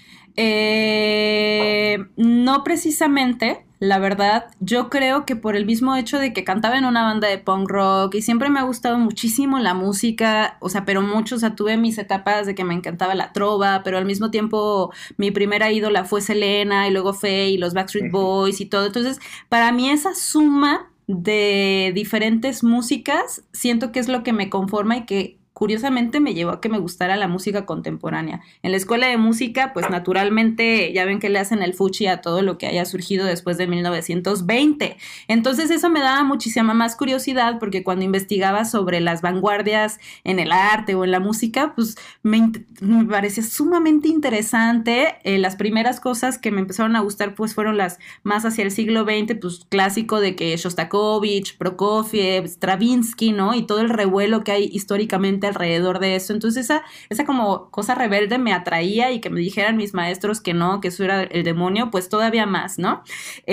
No precisamente, la verdad, yo creo que por el mismo hecho de que cantaba en una banda de punk rock y siempre me ha gustado muchísimo la música, o sea, pero mucho, o sea, tuve mis etapas de que me encantaba la trova, pero al mismo tiempo mi primera ídola fue Selena y luego Faye y los Backstreet Ujú. Boys y todo. Entonces, para mí esa suma de diferentes músicas siento que es lo que me conforma y que curiosamente me llevó a que me gustara la música contemporánea. En la escuela de música, pues naturalmente ya ven que le hacen el fuchi a todo lo que haya surgido después de 1920. Entonces eso me daba muchísima más curiosidad porque cuando investigaba sobre las vanguardias en el arte o en la música, pues me parecía sumamente interesante. Las primeras cosas que me empezaron a gustar pues fueron las más hacia el siglo XX, pues clásico de que Shostakovich, Prokofiev, Stravinsky, ¿no? Y todo el revuelo que hay históricamente alrededor de eso. Entonces esa como cosa rebelde me atraía y que me dijeran mis maestros que no, que eso era el demonio, pues todavía más, ¿no?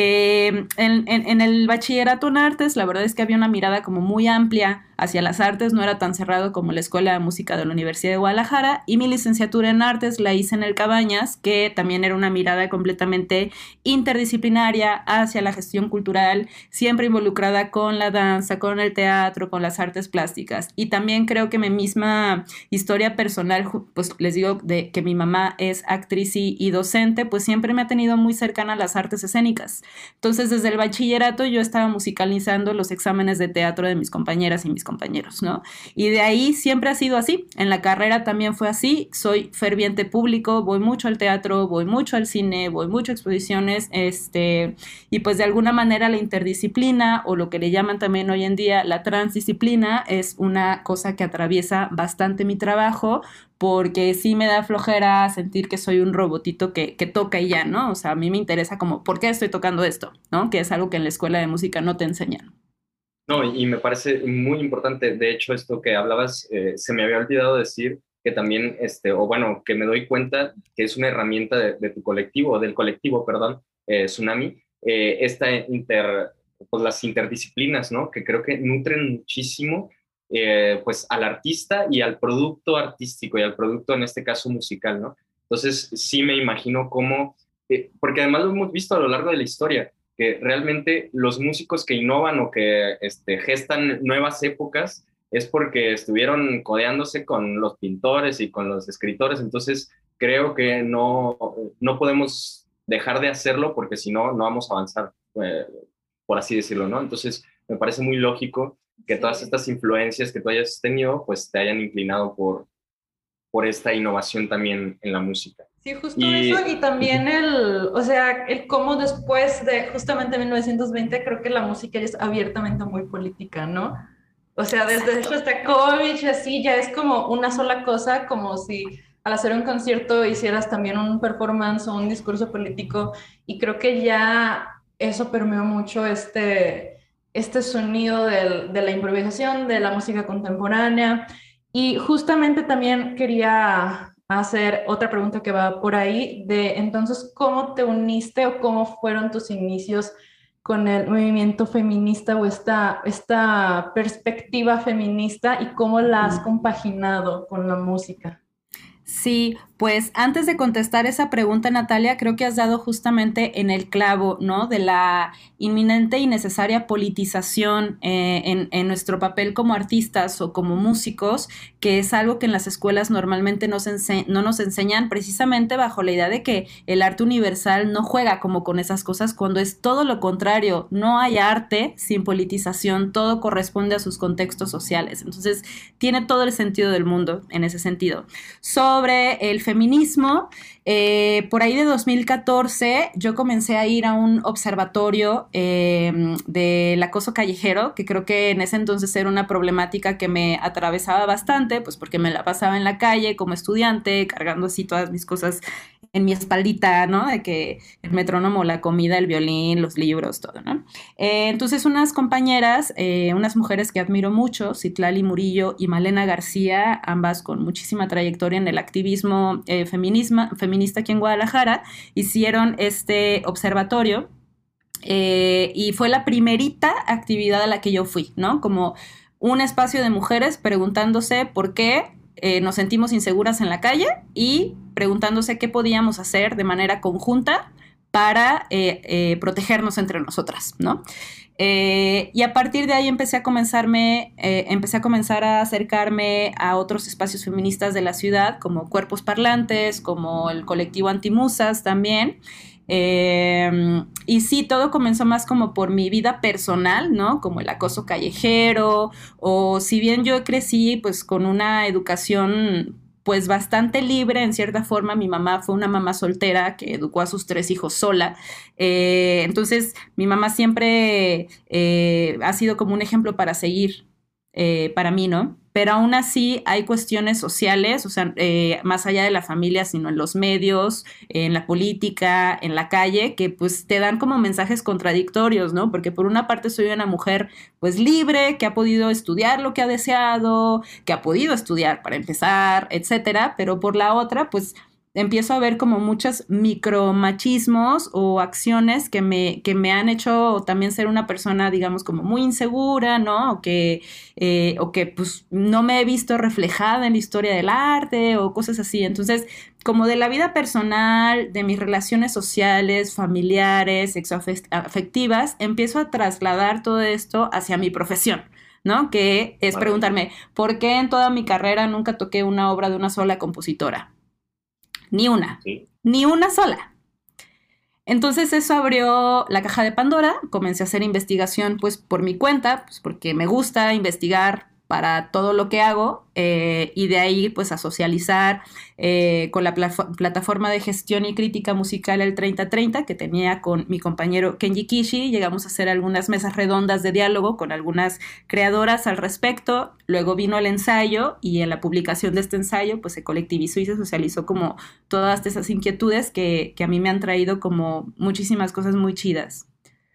En el bachillerato en artes, la verdad es que había una mirada como muy amplia hacia las artes, no era tan cerrado como la Escuela de Música de la Universidad de Guadalajara, y mi licenciatura en artes la hice en el Cabañas, que también era una mirada completamente interdisciplinaria hacia la gestión cultural, siempre involucrada con la danza, con el teatro, con las artes plásticas. Y también creo que mi misma historia personal, pues les digo de que mi mamá es actriz y docente, pues siempre me ha tenido muy cercana a las artes escénicas. Entonces, desde el bachillerato yo estaba musicalizando los exámenes de teatro de mis compañeras y mis compañeros, ¿no? Y de ahí siempre ha sido así. En la carrera también fue así. Soy ferviente público, voy mucho al teatro, voy mucho al cine, voy mucho a exposiciones, y pues de alguna manera la interdisciplina o lo que le llaman también hoy en día la transdisciplina es una cosa que atraviesa bastante mi trabajo porque sí me da flojera sentir que soy un robotito que toca y ya, ¿no? O sea, a mí me interesa como, ¿por qué estoy tocando esto? ¿No? Que es algo que en la escuela de música no te enseñan. No, y me parece muy importante. De hecho, esto que hablabas, se me había olvidado decir que también, o bueno, que me doy cuenta que es una herramienta de tu colectivo, o del colectivo, perdón, Tsunami, pues las interdisciplinas, ¿no? Que creo que nutren muchísimo, pues al artista y al producto artístico y al producto, en este caso, musical, ¿no? Entonces, sí me imagino cómo, porque además lo hemos visto a lo largo de la historia que realmente los músicos que innovan o que gestan nuevas épocas es porque estuvieron codeándose con los pintores y con los escritores. Entonces, creo que no podemos dejar de hacerlo porque si no, no vamos a avanzar, por así decirlo, ¿no? Entonces, me parece muy lógico que todas Sí. estas influencias que tú hayas tenido, pues te hayan inclinado por esta innovación también en la música. Sí, justo eso, Y y también o sea, el cómo después de justamente 1920 creo que la música ya es abiertamente muy política, ¿no? O sea, desde Exacto. Shostakovich, así ya es como una sola cosa, como si al hacer un concierto hicieras también un performance o un discurso político, y creo que ya eso permeó mucho este sonido de la improvisación, de la música contemporánea. Y justamente también quería hacer otra pregunta que va por ahí, de entonces, ¿cómo te uniste o cómo fueron tus inicios con el movimiento feminista o esta perspectiva feminista y cómo la has compaginado con la música? Sí, pues antes de contestar esa pregunta, Natalia, creo que has dado justamente en el clavo, ¿no? De la inminente y necesaria politización en nuestro papel como artistas o como músicos, que es algo que en las escuelas normalmente no nos enseñan precisamente bajo la idea de que el arte universal no juega como con esas cosas, cuando es todo lo contrario, no hay arte sin politización, todo corresponde a sus contextos sociales. Entonces, tiene todo el sentido del mundo en ese sentido. Sobre el feminismo, por ahí de 2014 yo comencé a ir a un observatorio del acoso callejero, que creo que en ese entonces era una problemática que me atravesaba bastante, pues porque me la pasaba en la calle como estudiante, cargando así todas mis cosas en mi espaldita, ¿no? De que el metrónomo, la comida, el violín, los libros, todo, ¿no? Entonces unas compañeras, unas mujeres que admiro mucho, Citlali Murillo y Malena García, ambas con muchísima trayectoria en el activismo feminista aquí en Guadalajara, hicieron este observatorio y fue la primerita actividad a la que yo fui, ¿no? Como un espacio de mujeres preguntándose por qué nos sentimos inseguras en la calle y preguntándose qué podíamos hacer de manera conjunta para protegernos entre nosotras, ¿no? Y a partir de ahí empecé a comenzar a acercarme a otros espacios feministas de la ciudad, como Cuerpos Parlantes, como el colectivo Antimusas también. Y sí, todo comenzó más como por mi vida personal, ¿no? Como el acoso callejero, o si bien yo crecí pues con una educación pues bastante libre en cierta forma, mi mamá fue una mamá soltera que educó a sus 3 hijos sola, entonces mi mamá siempre ha sido como un ejemplo para seguir para mí, ¿no? Pero aún así hay cuestiones sociales, o sea, más allá de la familia, sino en los medios, en la política, en la calle, que pues te dan como mensajes contradictorios, ¿no? Porque por una parte soy una mujer pues libre, que ha podido estudiar lo que ha deseado, que ha podido estudiar para empezar, etcétera, pero por la otra pues empiezo a ver como muchos micromachismos o acciones que me han hecho también ser una persona, digamos, como muy insegura, ¿no? O que pues no me he visto reflejada en la historia del arte o cosas así. Entonces, como de la vida personal, de mis relaciones sociales, familiares, sexoafectivas, empiezo a trasladar todo esto hacia mi profesión, ¿no? Que es vale. preguntarme, ¿por qué en toda mi carrera nunca toqué una obra de una sola compositora? Sí. Ni una sola. Entonces eso abrió la caja de Pandora, comencé a hacer investigación pues por mi cuenta, pues porque me gusta investigar para todo lo que hago y de ahí pues a socializar con la plataforma de gestión y crítica musical el 3030 que tenía con mi compañero Kenji Kishi, llegamos a hacer algunas mesas redondas de diálogo con algunas creadoras al respecto, luego vino el ensayo y en la publicación de este ensayo pues se colectivizó y se socializó como todas esas inquietudes que a mí me han traído como muchísimas cosas muy chidas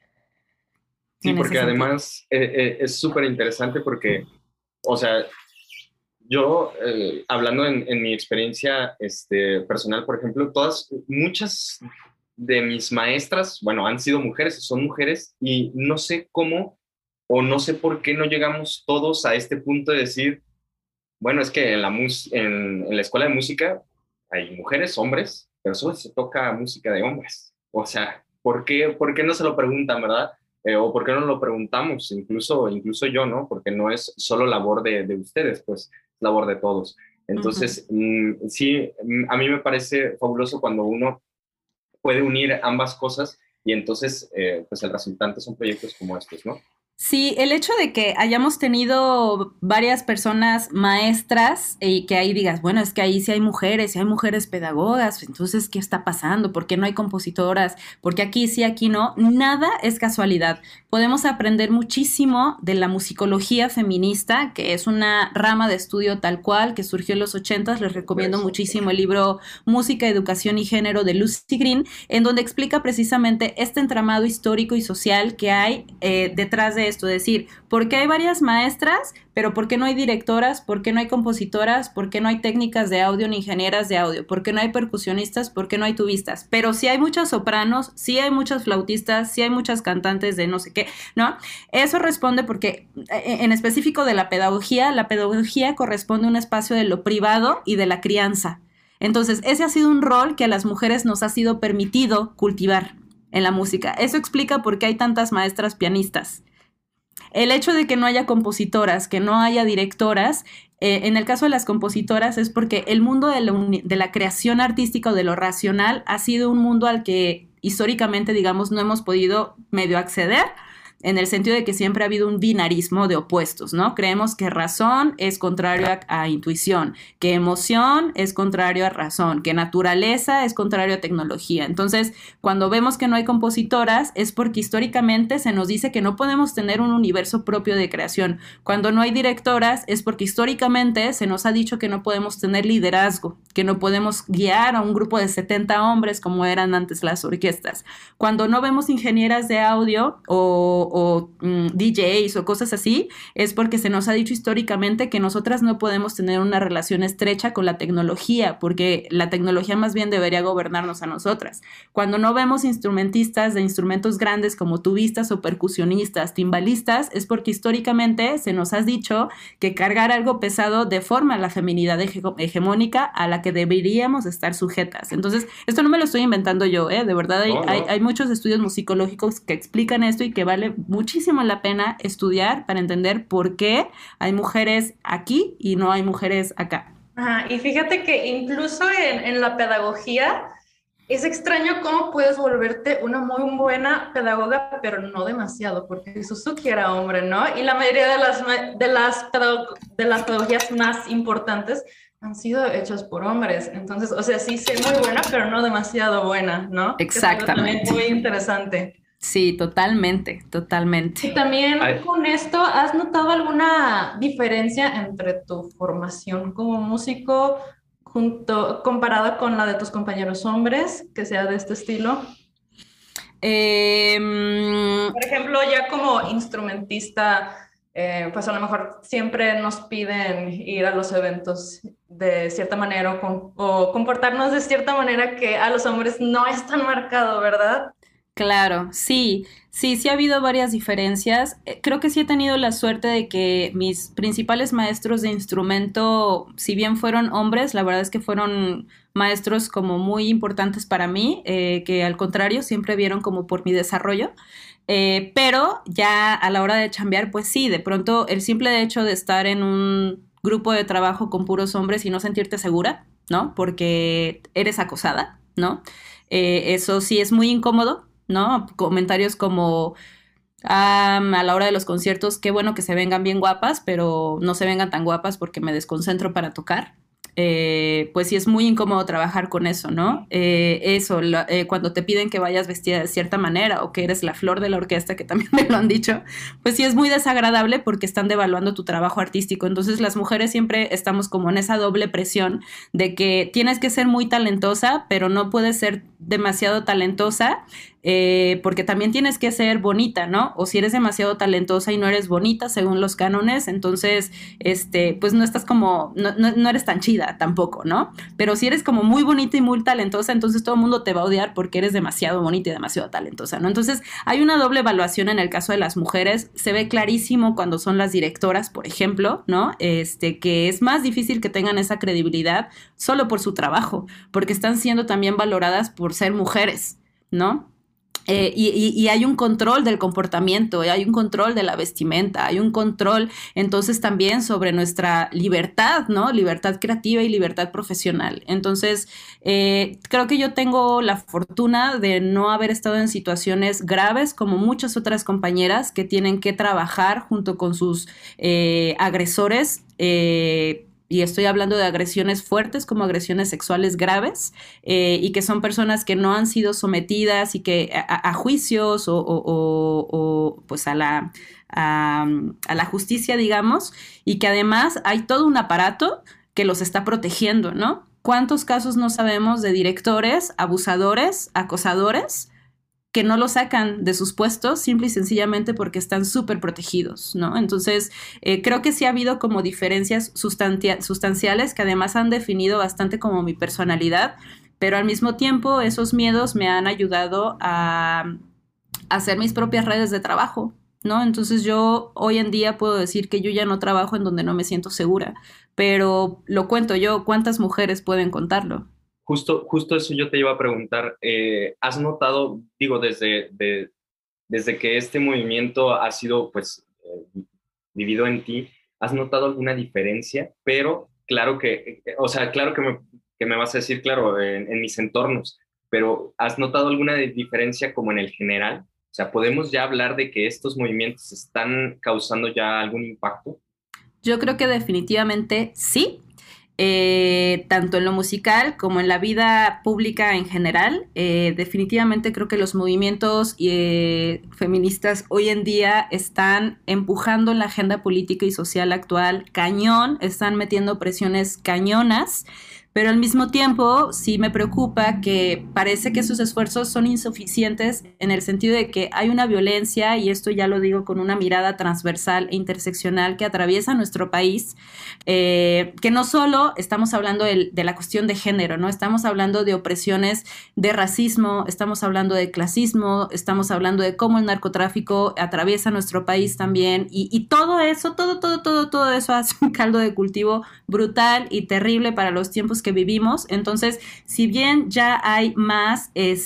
Sí, en ese porque sentido. además es súper interesante porque, o sea, yo, hablando en mi experiencia personal, por ejemplo, muchas de mis maestras, bueno, han sido mujeres, son mujeres, y no sé cómo o no sé por qué no llegamos todos a este punto de decir, bueno, es que en la escuela de música hay mujeres, hombres, pero solo se toca música de hombres. O sea, por qué no se lo preguntan, verdad? O por qué no lo preguntamos, incluso yo, ¿no? Porque no es solo labor de ustedes, pues es labor de todos. Ujú. Entonces, sí, a mí me parece fabuloso cuando uno puede unir ambas cosas y entonces, pues el resultante son proyectos como estos, ¿no? Sí, el hecho de que hayamos tenido varias personas maestras y que ahí digas, bueno, es que ahí sí hay mujeres pedagogas, entonces, ¿qué está pasando? ¿Por qué no hay compositoras? ¿Por qué aquí sí, aquí no? Nada es casualidad. Podemos aprender muchísimo de la musicología feminista, que es una rama de estudio tal cual que surgió en los ochentas. Les recomiendo muchísimo el libro Música, Educación y Género de Lucy Green, en donde explica precisamente este entramado histórico y social que hay detrás de esto, es decir, ¿por qué hay varias maestras, pero por qué no hay directoras, por qué no hay compositoras, por qué no hay técnicas de audio ni ingenieras de audio, por qué no hay percusionistas, por qué no hay tubistas? Pero sí hay muchas sopranos, sí hay muchas flautistas, sí hay muchas cantantes de no sé qué, ¿no? Eso responde porque, en específico de la pedagogía corresponde a un espacio de lo privado y de la crianza. Entonces, ese ha sido un rol que a las mujeres nos ha sido permitido cultivar en la música. Eso explica por qué hay tantas maestras pianistas. El hecho de que no haya compositoras, que no haya directoras, en el caso de las compositoras es porque el mundo de la creación artística o de lo racional ha sido un mundo al que históricamente, digamos, no hemos podido medio acceder, en el sentido de que siempre ha habido un binarismo de opuestos, ¿no? Creemos que razón es contrario a intuición, que emoción es contrario a razón, que naturaleza es contrario a tecnología. Entonces, cuando vemos que no hay compositoras, es porque históricamente se nos dice que no podemos tener un universo propio de creación. Cuando no hay directoras, es porque históricamente se nos ha dicho que no podemos tener liderazgo, que no podemos guiar a un grupo de 70 hombres como eran antes las orquestas. Cuando no vemos ingenieras de audio o DJs o cosas así, es porque se nos ha dicho históricamente que nosotras no podemos tener una relación estrecha con la tecnología, porque la tecnología más bien debería gobernarnos a nosotras. Cuando no vemos instrumentistas de instrumentos grandes como tubistas o percusionistas, timbalistas, es porque históricamente se nos ha dicho que cargar algo pesado deforma la feminidad hegemónica a la que deberíamos estar sujetas. Entonces, esto no me lo estoy inventando yo, de verdad hay muchos estudios musicológicos que explican esto y que vale muchísimo la pena estudiar para entender por qué hay mujeres aquí y no hay mujeres acá. Ajá, y fíjate que incluso en la pedagogía es extraño cómo puedes volverte una muy buena pedagoga, pero no demasiado, porque Suzuki era hombre, ¿no? Y la mayoría de las pedagogías más importantes han sido hechas por hombres. Entonces, o sea, sí, soy muy buena, pero no demasiado buena, ¿no? Exactamente. Que es muy interesante. Sí, totalmente, totalmente. Y también con esto, ¿has notado alguna diferencia entre tu formación como músico comparada con la de tus compañeros hombres, que sea de este estilo? Por ejemplo, ya como instrumentista, pues a lo mejor siempre nos piden ir a los eventos de cierta manera o comportarnos de cierta manera que a los hombres no es tan marcado, ¿verdad? Claro, sí ha habido varias diferencias. Creo que sí he tenido la suerte de que mis principales maestros de instrumento, si bien fueron hombres, la verdad es que fueron maestros como muy importantes para mí, que al contrario siempre vieron como por mi desarrollo. Pero ya a la hora de chambear, pues sí, de pronto el simple hecho de estar en un grupo de trabajo con puros hombres y no sentirte segura, ¿no? Porque eres acosada, ¿no? Eso sí es muy incómodo, ¿no? Comentarios como a la hora de los conciertos, qué bueno que se vengan bien guapas, pero no se vengan tan guapas porque me desconcentro para tocar. Pues sí es muy incómodo trabajar con eso, ¿no? Cuando te piden que vayas vestida de cierta manera o que eres la flor de la orquesta, que también me lo han dicho, pues sí es muy desagradable porque están devaluando tu trabajo artístico. Entonces las mujeres siempre estamos como en esa doble presión de que tienes que ser muy talentosa, pero no puedes ser demasiado talentosa, porque también tienes que ser bonita, ¿no? O si eres demasiado talentosa y no eres bonita según los cánones, entonces, pues no estás como, no eres tan chida tampoco, ¿no? Pero si eres como muy bonita y muy talentosa, entonces todo el mundo te va a odiar porque eres demasiado bonita y demasiado talentosa, ¿no? Entonces hay una doble evaluación en el caso de las mujeres, se ve clarísimo cuando son las directoras, por ejemplo, ¿no? Que es más difícil que tengan esa credibilidad solo por su trabajo, porque están siendo también valoradas por ser mujeres, ¿no? Y hay un control del comportamiento, hay un control de la vestimenta, hay un control entonces también sobre nuestra libertad, ¿no? Libertad creativa y libertad profesional. Entonces, creo que yo tengo la fortuna de no haber estado en situaciones graves como muchas otras compañeras que tienen que trabajar junto con sus agresores. Y estoy hablando de agresiones fuertes como agresiones sexuales graves, y que son personas que no han sido sometidas y que a juicios o pues a la justicia, digamos, y que además hay todo un aparato que los está protegiendo, ¿no? ¿Cuántos casos no sabemos de directores, abusadores, acosadores, que no lo sacan de sus puestos simple y sencillamente porque están súper protegidos, ¿no? Entonces, creo que sí ha habido como diferencias sustanciales que además han definido bastante como mi personalidad, pero al mismo tiempo esos miedos me han ayudado a hacer mis propias redes de trabajo, ¿no? Entonces yo hoy en día puedo decir que yo ya no trabajo en donde no me siento segura, pero lo cuento yo, ¿cuántas mujeres pueden contarlo? Justo eso yo te iba a preguntar. ¿Has notado, digo, desde que este movimiento ha sido, pues, vivido en ti, ¿has notado alguna diferencia? Pero claro o sea, claro que me vas a decir, claro, en mis entornos, pero ¿has notado alguna diferencia como en el general? O sea, ¿podemos ya hablar de que estos movimientos están causando ya algún impacto? Yo creo que definitivamente sí. Tanto en lo musical como en la vida pública en general. Definitivamente creo que los movimientos feministas hoy en día están empujando en la agenda política y social actual cañón, están metiendo presiones cañonas, pero al mismo tiempo sí me preocupa que parece que sus esfuerzos son insuficientes en el sentido de que hay una violencia, y esto ya lo digo con una mirada transversal e interseccional que atraviesa nuestro país, que no solo estamos hablando de la cuestión de género, ¿no? Estamos hablando de opresiones de racismo, estamos hablando de clasismo, estamos hablando de cómo el narcotráfico atraviesa nuestro país también, y todo eso, todo eso hace un caldo de cultivo brutal y terrible para los tiempos que vivimos. Entonces, si bien ya hay más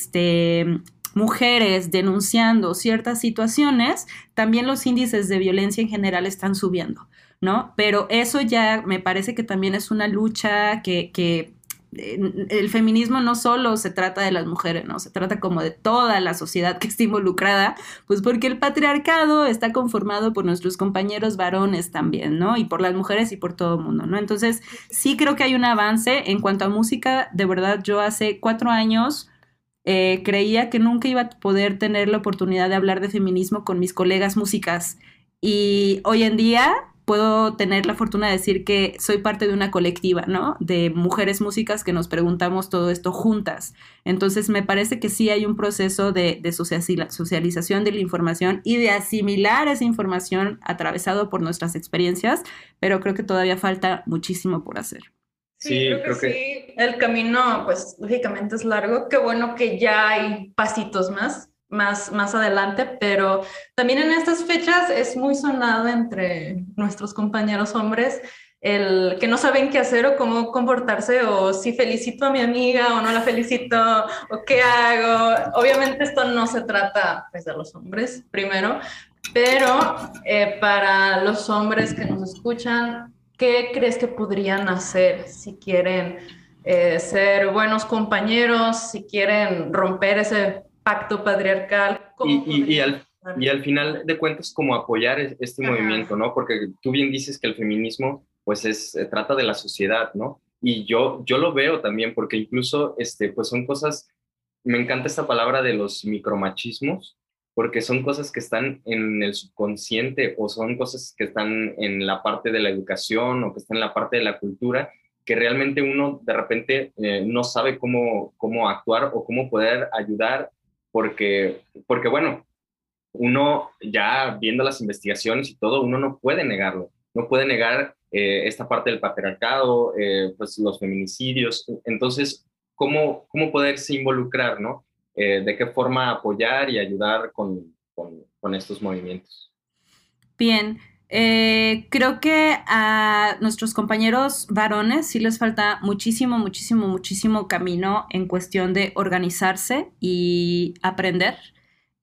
mujeres denunciando ciertas situaciones, también los índices de violencia en general están subiendo, ¿no? Pero eso ya me parece que también es una lucha que el feminismo no solo se trata de las mujeres, ¿no? Se trata como de toda la sociedad que está involucrada, pues porque el patriarcado está conformado por nuestros compañeros varones también, ¿no? Y por las mujeres y por todo el mundo, ¿no? Entonces, sí creo que hay un avance en cuanto a música. De verdad, yo hace 4 años creía que nunca iba a poder tener la oportunidad de hablar de feminismo con mis colegas músicas, y hoy en día puedo tener la fortuna de decir que soy parte de una colectiva, ¿no? De mujeres músicas que nos preguntamos todo esto juntas. Entonces me parece que sí hay un proceso de socialización de la información y de asimilar esa información atravesado por nuestras experiencias, pero creo que todavía falta muchísimo por hacer. Sí, creo que sí. El camino, pues, lógicamente es largo. Qué bueno que ya hay pasitos más adelante, pero también en estas fechas es muy sonado entre nuestros compañeros hombres el que no saben qué hacer o cómo comportarse, o si felicito a mi amiga o no la felicito, o qué hago. Obviamente esto no se trata, pues, de los hombres primero, pero para los hombres que nos escuchan, ¿qué crees que podrían hacer si quieren ser buenos compañeros, si quieren romper ese pacto patriarcal? Y al final de cuentas, como apoyar este movimiento, ¿no? Porque tú bien dices que el feminismo, pues, trata de la sociedad, ¿no? Y yo lo veo también, porque incluso, pues, son cosas, me encanta esta palabra de los micromachismos, porque son cosas que están en el subconsciente, o son cosas que están en la parte de la educación, o que están en la parte de la cultura, que realmente uno de repente no sabe cómo actuar o cómo poder ayudar, porque bueno, uno ya viendo las investigaciones y todo, uno no puede negarlo, no puede negar esta parte del patriarcado, pues los feminicidios. Entonces, ¿cómo poderse involucrar, ¿no? ¿De qué forma apoyar y ayudar con estos movimientos? Bien, creo que a nuestros compañeros varones sí les falta muchísimo camino en cuestión de organizarse y aprender.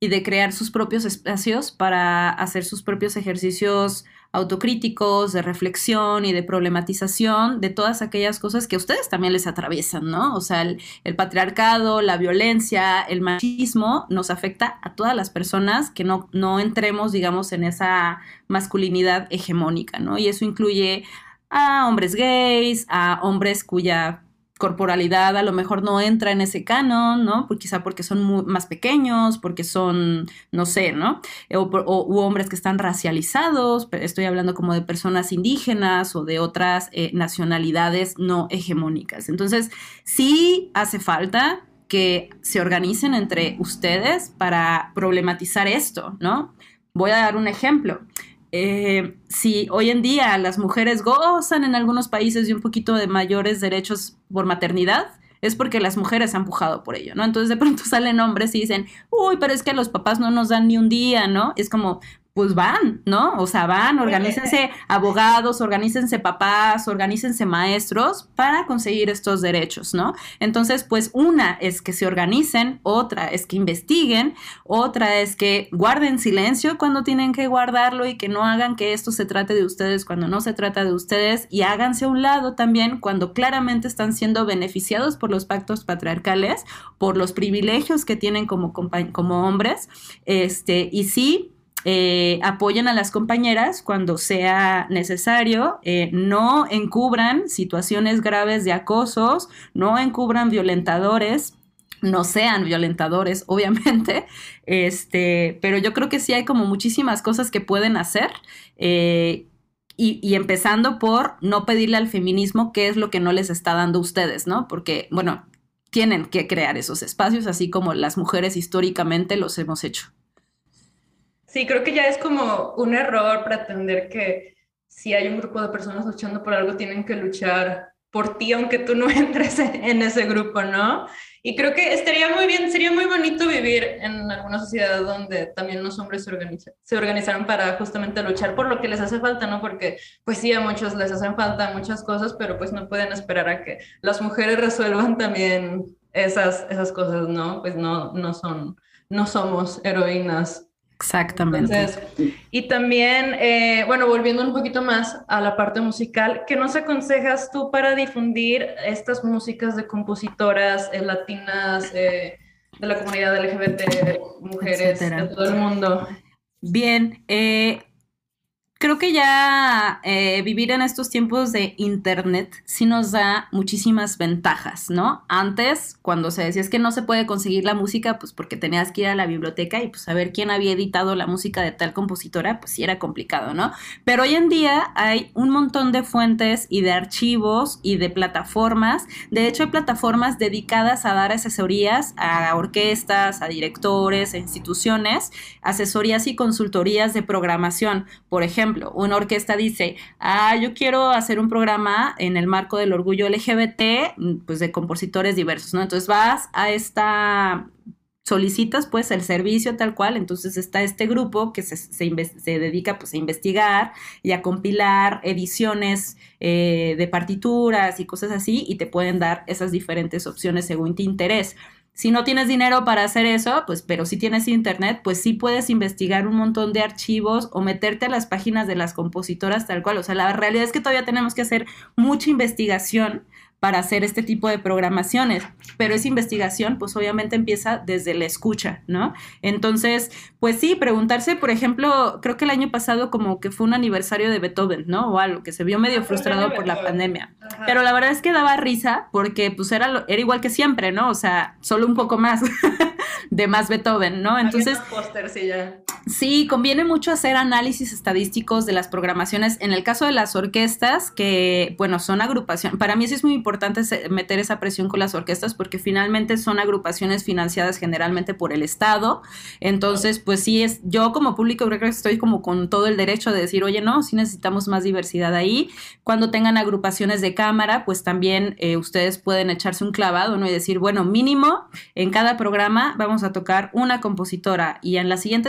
y de crear sus propios espacios para hacer sus propios ejercicios autocríticos, de reflexión y de problematización de todas aquellas cosas que a ustedes también les atraviesan, ¿no? O sea, el patriarcado, la violencia, el machismo nos afecta a todas las personas que no entremos, digamos, en esa masculinidad hegemónica, ¿no? Y eso incluye a hombres gays, a hombres cuya corporalidad a lo mejor no entra en ese canon, ¿no? Quizá porque son más pequeños, porque son, no sé, ¿no? U hombres que están racializados, estoy hablando como de personas indígenas o de otras nacionalidades no hegemónicas. Entonces, sí hace falta que se organicen entre ustedes para problematizar esto, ¿no? Voy a dar un ejemplo. Si hoy en día las mujeres gozan en algunos países de un poquito de mayores derechos por maternidad, es porque las mujeres han pujado por ello, ¿no? Entonces de pronto salen hombres y dicen, uy, pero es que los papás no nos dan ni un día, ¿no? Es como, pues van, ¿no? O sea, van, organícense abogados, organícense papás, organícense maestros para conseguir estos derechos, ¿no? Entonces, pues una es que se organicen, otra es que investiguen, otra es que guarden silencio cuando tienen que guardarlo y que no hagan que esto se trate de ustedes cuando no se trata de ustedes, y háganse a un lado también cuando claramente están siendo beneficiados por los pactos patriarcales, por los privilegios que tienen como hombres, y sí, apoyen a las compañeras cuando sea necesario, no encubran situaciones graves de acosos, no encubran violentadores, no sean violentadores, obviamente, pero yo creo que sí hay como muchísimas cosas que pueden hacer, y empezando por no pedirle al feminismo qué es lo que no les está dando a ustedes, ¿no? Porque, bueno, tienen que crear esos espacios, así como las mujeres históricamente los hemos hecho. Sí, creo que ya es como un error pretender que si hay un grupo de personas luchando por algo, tienen que luchar por ti, aunque tú no entres en ese grupo, ¿no? Y creo que estaría muy bien, sería muy bonito vivir en alguna sociedad donde también los hombres se organizaran para justamente luchar por lo que les hace falta, ¿no? Porque pues sí, a muchos les hacen falta muchas cosas, pero pues no pueden esperar a que las mujeres resuelvan también esas cosas, ¿no? Pues no somos heroínas. Exactamente. Entonces, y también, bueno, volviendo un poquito más a la parte musical, ¿qué nos aconsejas tú para difundir estas músicas de compositoras latinas, de la comunidad LGBT, mujeres, etcétera, de todo el mundo? Bien, creo que ya vivir en estos tiempos de internet sí nos da muchísimas ventajas, ¿no? Antes, cuando se decía es que no se puede conseguir la música, pues porque tenías que ir a la biblioteca y pues saber quién había editado la música de tal compositora, pues sí era complicado, ¿no? Pero hoy en día hay un montón de fuentes y de archivos y de plataformas. De hecho, hay plataformas dedicadas a dar asesorías a orquestas, a directores, a instituciones, asesorías y consultorías de programación. Por ejemplo, una orquesta dice, yo quiero hacer un programa en el marco del orgullo LGBT, pues de compositores diversos, ¿no? Entonces vas a solicitas pues el servicio tal cual, entonces está este grupo que se dedica pues a investigar y a compilar ediciones de partituras y cosas así, y te pueden dar esas diferentes opciones según tu interés. Si no tienes dinero para hacer eso, pues, pero si tienes internet, pues sí puedes investigar un montón de archivos o meterte a las páginas de las compositoras tal cual. O sea, la realidad es que todavía tenemos que hacer mucha investigación para hacer este tipo de programaciones, pero esa investigación pues obviamente empieza desde la escucha, ¿no? Entonces, pues sí, preguntarse, por ejemplo, creo que el año pasado como que fue un aniversario de Beethoven, ¿no? O algo, que se vio medio frustrado por la pandemia. Ajá. Pero la verdad es que daba risa porque pues era igual que siempre, ¿no? O sea, solo un poco más de más Beethoven, ¿no? Entonces, póster, sí, ya. Sí, conviene mucho hacer análisis estadísticos de las programaciones. En el caso de las orquestas, que, bueno, son agrupaciones. Para mí sí es muy importante meter esa presión con las orquestas porque finalmente son agrupaciones financiadas generalmente por el Estado. Entonces, pues sí, yo como público creo que estoy como con todo el derecho de decir, oye, no, sí necesitamos más diversidad ahí. Cuando tengan agrupaciones de cámara, pues también ustedes pueden echarse un clavado, ¿no? Y decir, bueno, mínimo, en cada programa vamos a tocar una compositora y en la siguiente temporada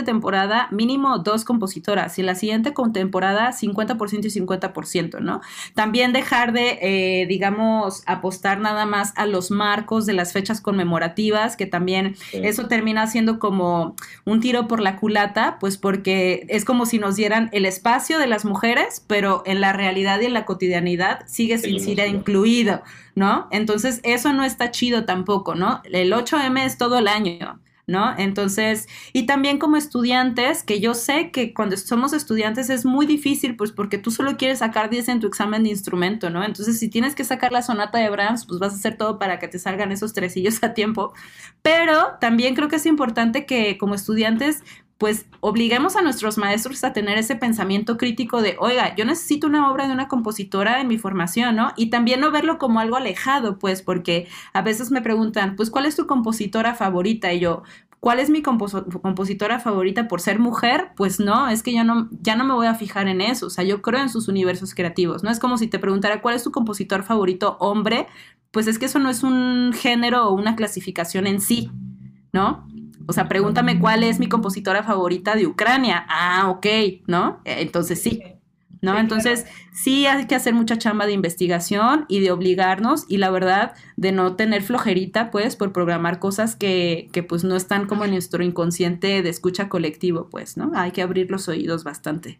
temporada mínimo 2 compositoras y la siguiente temporada 50% y 50%, ¿no? También dejar de, digamos, apostar nada más a los marcos de las fechas conmemorativas, que también eso termina siendo como un tiro por la culata, pues porque es como si nos dieran el espacio de las mujeres, pero en la realidad y en la cotidianidad sigue sin ser incluido, ¿no? Entonces eso no está chido tampoco, ¿no? El 8M es todo el año, ¿no? Entonces, y también como estudiantes, que yo sé que cuando somos estudiantes es muy difícil, pues porque tú solo quieres sacar 10 en tu examen de instrumento, ¿no? Entonces, si tienes que sacar la sonata de Brahms, pues vas a hacer todo para que te salgan esos tresillos a tiempo. Pero también creo que es importante que como estudiantes pues obliguemos a nuestros maestros a tener ese pensamiento crítico de, oiga, yo necesito una obra de una compositora en mi formación, ¿no? Y también no verlo como algo alejado, pues, porque a veces me preguntan, pues, ¿cuál es tu compositora favorita? Y yo, ¿cuál es mi compositora favorita por ser mujer? Pues no, es que ya no me voy a fijar en eso, o sea, yo creo en sus universos creativos, ¿no? Es como si te preguntara, ¿cuál es tu compositor favorito hombre? Pues es que eso no es un género o una clasificación en sí, ¿no? O sea, pregúntame cuál es mi compositora favorita de Ucrania. Ah, ok, ¿no? Entonces sí, ¿no? Entonces sí hay que hacer mucha chamba de investigación y de obligarnos y la verdad de no tener flojerita, pues, por programar cosas que pues no están como en nuestro inconsciente de escucha colectivo, pues, ¿no? Hay que abrir los oídos bastante.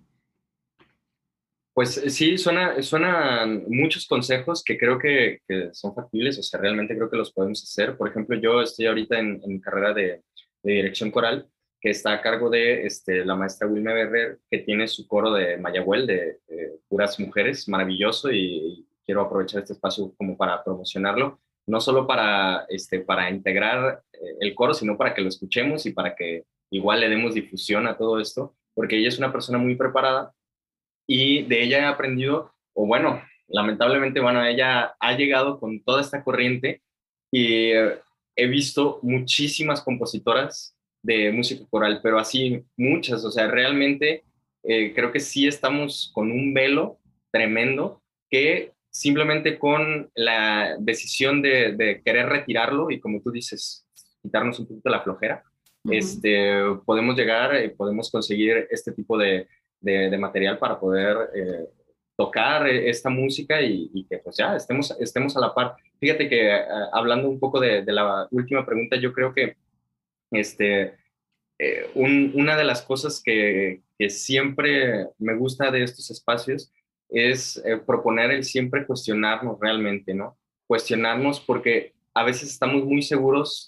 Pues sí, suenan muchos consejos que creo que son factibles, o sea, realmente creo que los podemos hacer. Por ejemplo, yo estoy ahorita en carrera de dirección coral, que está a cargo de la maestra Wilma Berrer, que tiene su coro de Mayagüel, de puras mujeres, maravilloso, y quiero aprovechar este espacio como para promocionarlo, no solo para integrar el coro, sino para que lo escuchemos y para que igual le demos difusión a todo esto, porque ella es una persona muy preparada y de ella he aprendido, o bueno, lamentablemente, bueno, ella ha llegado con toda esta corriente y he visto muchísimas compositoras de música coral, pero así muchas, o sea, realmente creo que sí estamos con un velo tremendo que simplemente con la decisión de querer retirarlo y como tú dices, quitarnos un poquito la flojera, podemos llegar y podemos conseguir este tipo de material para poder tocar esta música y que pues ya estemos a la par. Fíjate que hablando un poco de la última pregunta, yo creo que una de las cosas que siempre me gusta de estos espacios es proponer el siempre cuestionarnos realmente, ¿no? Cuestionarnos porque a veces estamos muy seguros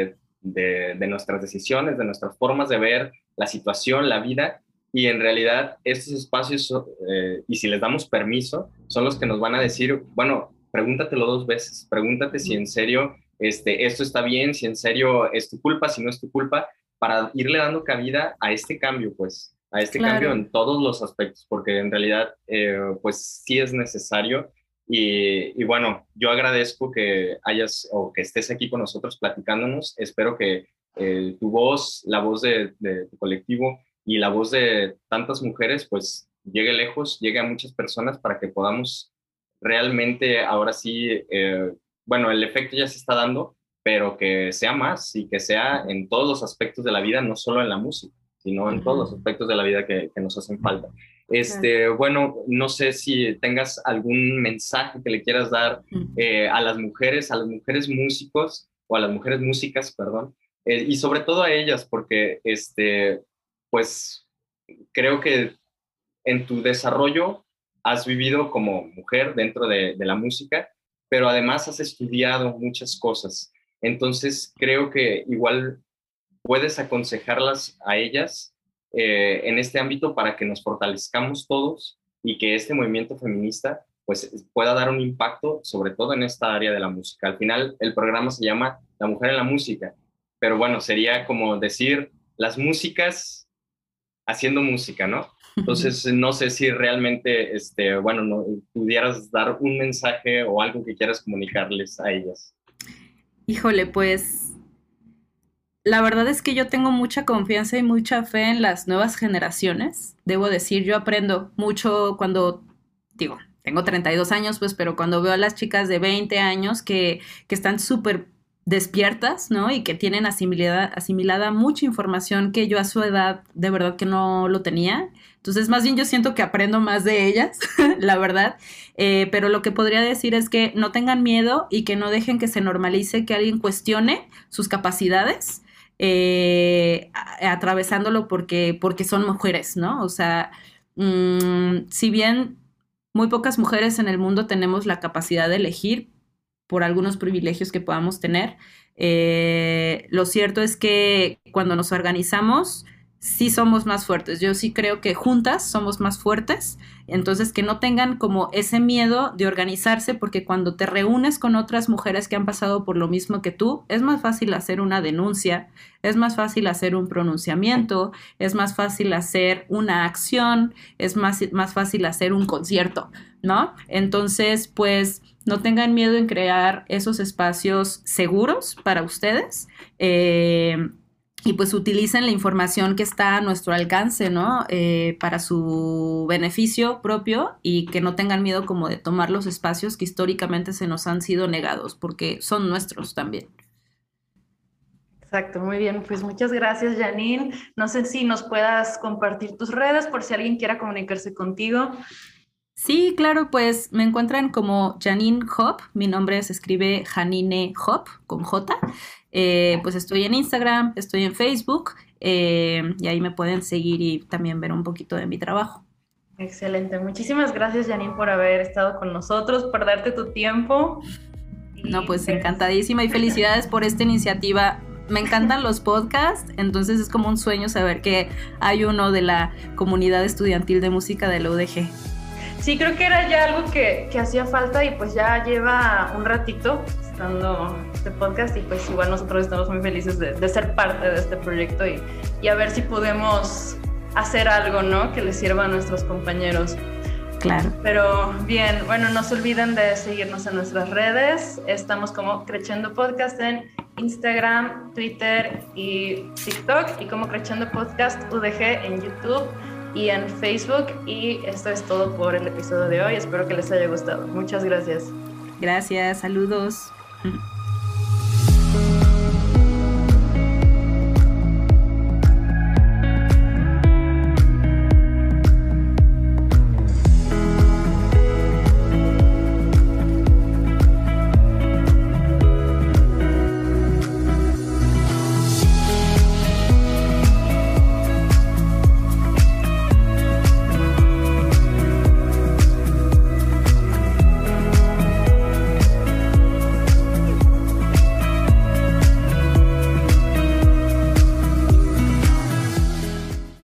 de nuestras decisiones, de nuestras formas de ver la situación, la vida, y en realidad estos espacios, y si les damos permiso, son los que nos van a decir, bueno, pregúntatelo 2 veces, pregúntate si en serio esto está bien, si en serio es tu culpa, si no es tu culpa, para irle dando cabida a este cambio, pues, a este cambio en todos los aspectos, porque en realidad, pues sí es necesario. Y bueno, yo agradezco que hayas o que estés aquí con nosotros platicándonos. Espero que tu voz, la voz de tu colectivo y la voz de tantas mujeres, pues llegue lejos, llegue a muchas personas para que podamos realmente ahora sí, bueno, el efecto ya se está dando, pero que sea más y que sea en todos los aspectos de la vida, no solo en la música, sino en todos los aspectos de la vida que nos hacen falta. Bueno, no sé si tengas algún mensaje que le quieras dar a las mujeres músicos, o a las mujeres músicas, perdón, y sobre todo a ellas, porque pues creo que en tu desarrollo has vivido como mujer dentro de la música, pero además has estudiado muchas cosas. Entonces creo que igual puedes aconsejarlas a ellas en este ámbito para que nos fortalezcamos todos y que este movimiento feminista pues pueda dar un impacto sobre todo en esta área de la música. Al final el programa se llama La Mujer en la Música, pero bueno, sería como decir las músicas haciendo música, ¿no? Entonces, no sé si realmente, bueno, no, pudieras dar un mensaje o algo que quieras comunicarles a ellas. Híjole, pues la verdad es que yo tengo mucha confianza y mucha fe en las nuevas generaciones. Debo decir, yo aprendo mucho cuando, digo, tengo 32 años, pues, pero cuando veo a las chicas de 20 años que están súper despiertas, ¿no? Y que tienen asimilada mucha información que yo a su edad de verdad que no lo tenía. Entonces, más bien yo siento que aprendo más de ellas, la verdad. Pero lo que podría decir es que no tengan miedo y que no dejen que se normalice que alguien cuestione sus capacidades, atravesándolo porque son mujeres, ¿no? O sea, si bien muy pocas mujeres en el mundo tenemos la capacidad de elegir por algunos privilegios que podamos tener, lo cierto es que cuando nos organizamos, sí somos más fuertes. Yo sí creo que juntas somos más fuertes, entonces que no tengan como ese miedo de organizarse, porque cuando te reúnes con otras mujeres que han pasado por lo mismo que tú, es más fácil hacer una denuncia, es más fácil hacer un pronunciamiento, es más fácil hacer una acción, es más fácil hacer un concierto, ¿no? Entonces, pues no tengan miedo en crear esos espacios seguros para ustedes. Y pues utilicen la información que está a nuestro alcance, ¿no? Para su beneficio propio, y que no tengan miedo como de tomar los espacios que históricamente se nos han sido negados, porque son nuestros también. Exacto, muy bien. Pues muchas gracias, Janine. No sé si nos puedas compartir tus redes por si alguien quiera comunicarse contigo. Sí, claro, pues me encuentran como Janine Hop. Mi nombre se escribe Janine Hop con J. Pues estoy en Instagram, estoy en Facebook, y ahí me pueden seguir y también ver un poquito de mi trabajo. Excelente. Muchísimas gracias, Janine, por haber estado con nosotros, por darte tu tiempo. No, pues encantadísima y felicidades por esta iniciativa. Me encantan los podcasts, entonces es como un sueño saber que hay uno de la comunidad estudiantil de música de la UDG. Sí, creo que era ya algo que hacía falta, y pues ya lleva un ratito estando este podcast, y pues igual nosotros estamos muy felices de ser parte de este proyecto y a ver si podemos hacer algo, ¿no? Que les sirva a nuestros compañeros. Claro. Pero bien, bueno, no se olviden de seguirnos en nuestras redes. Estamos como Creciendo Podcast en Instagram, Twitter y TikTok, y como Creciendo Podcast UDG en YouTube y en Facebook. Y esto es todo por el episodio de hoy. Espero que les haya gustado. Muchas gracias. Gracias, saludos.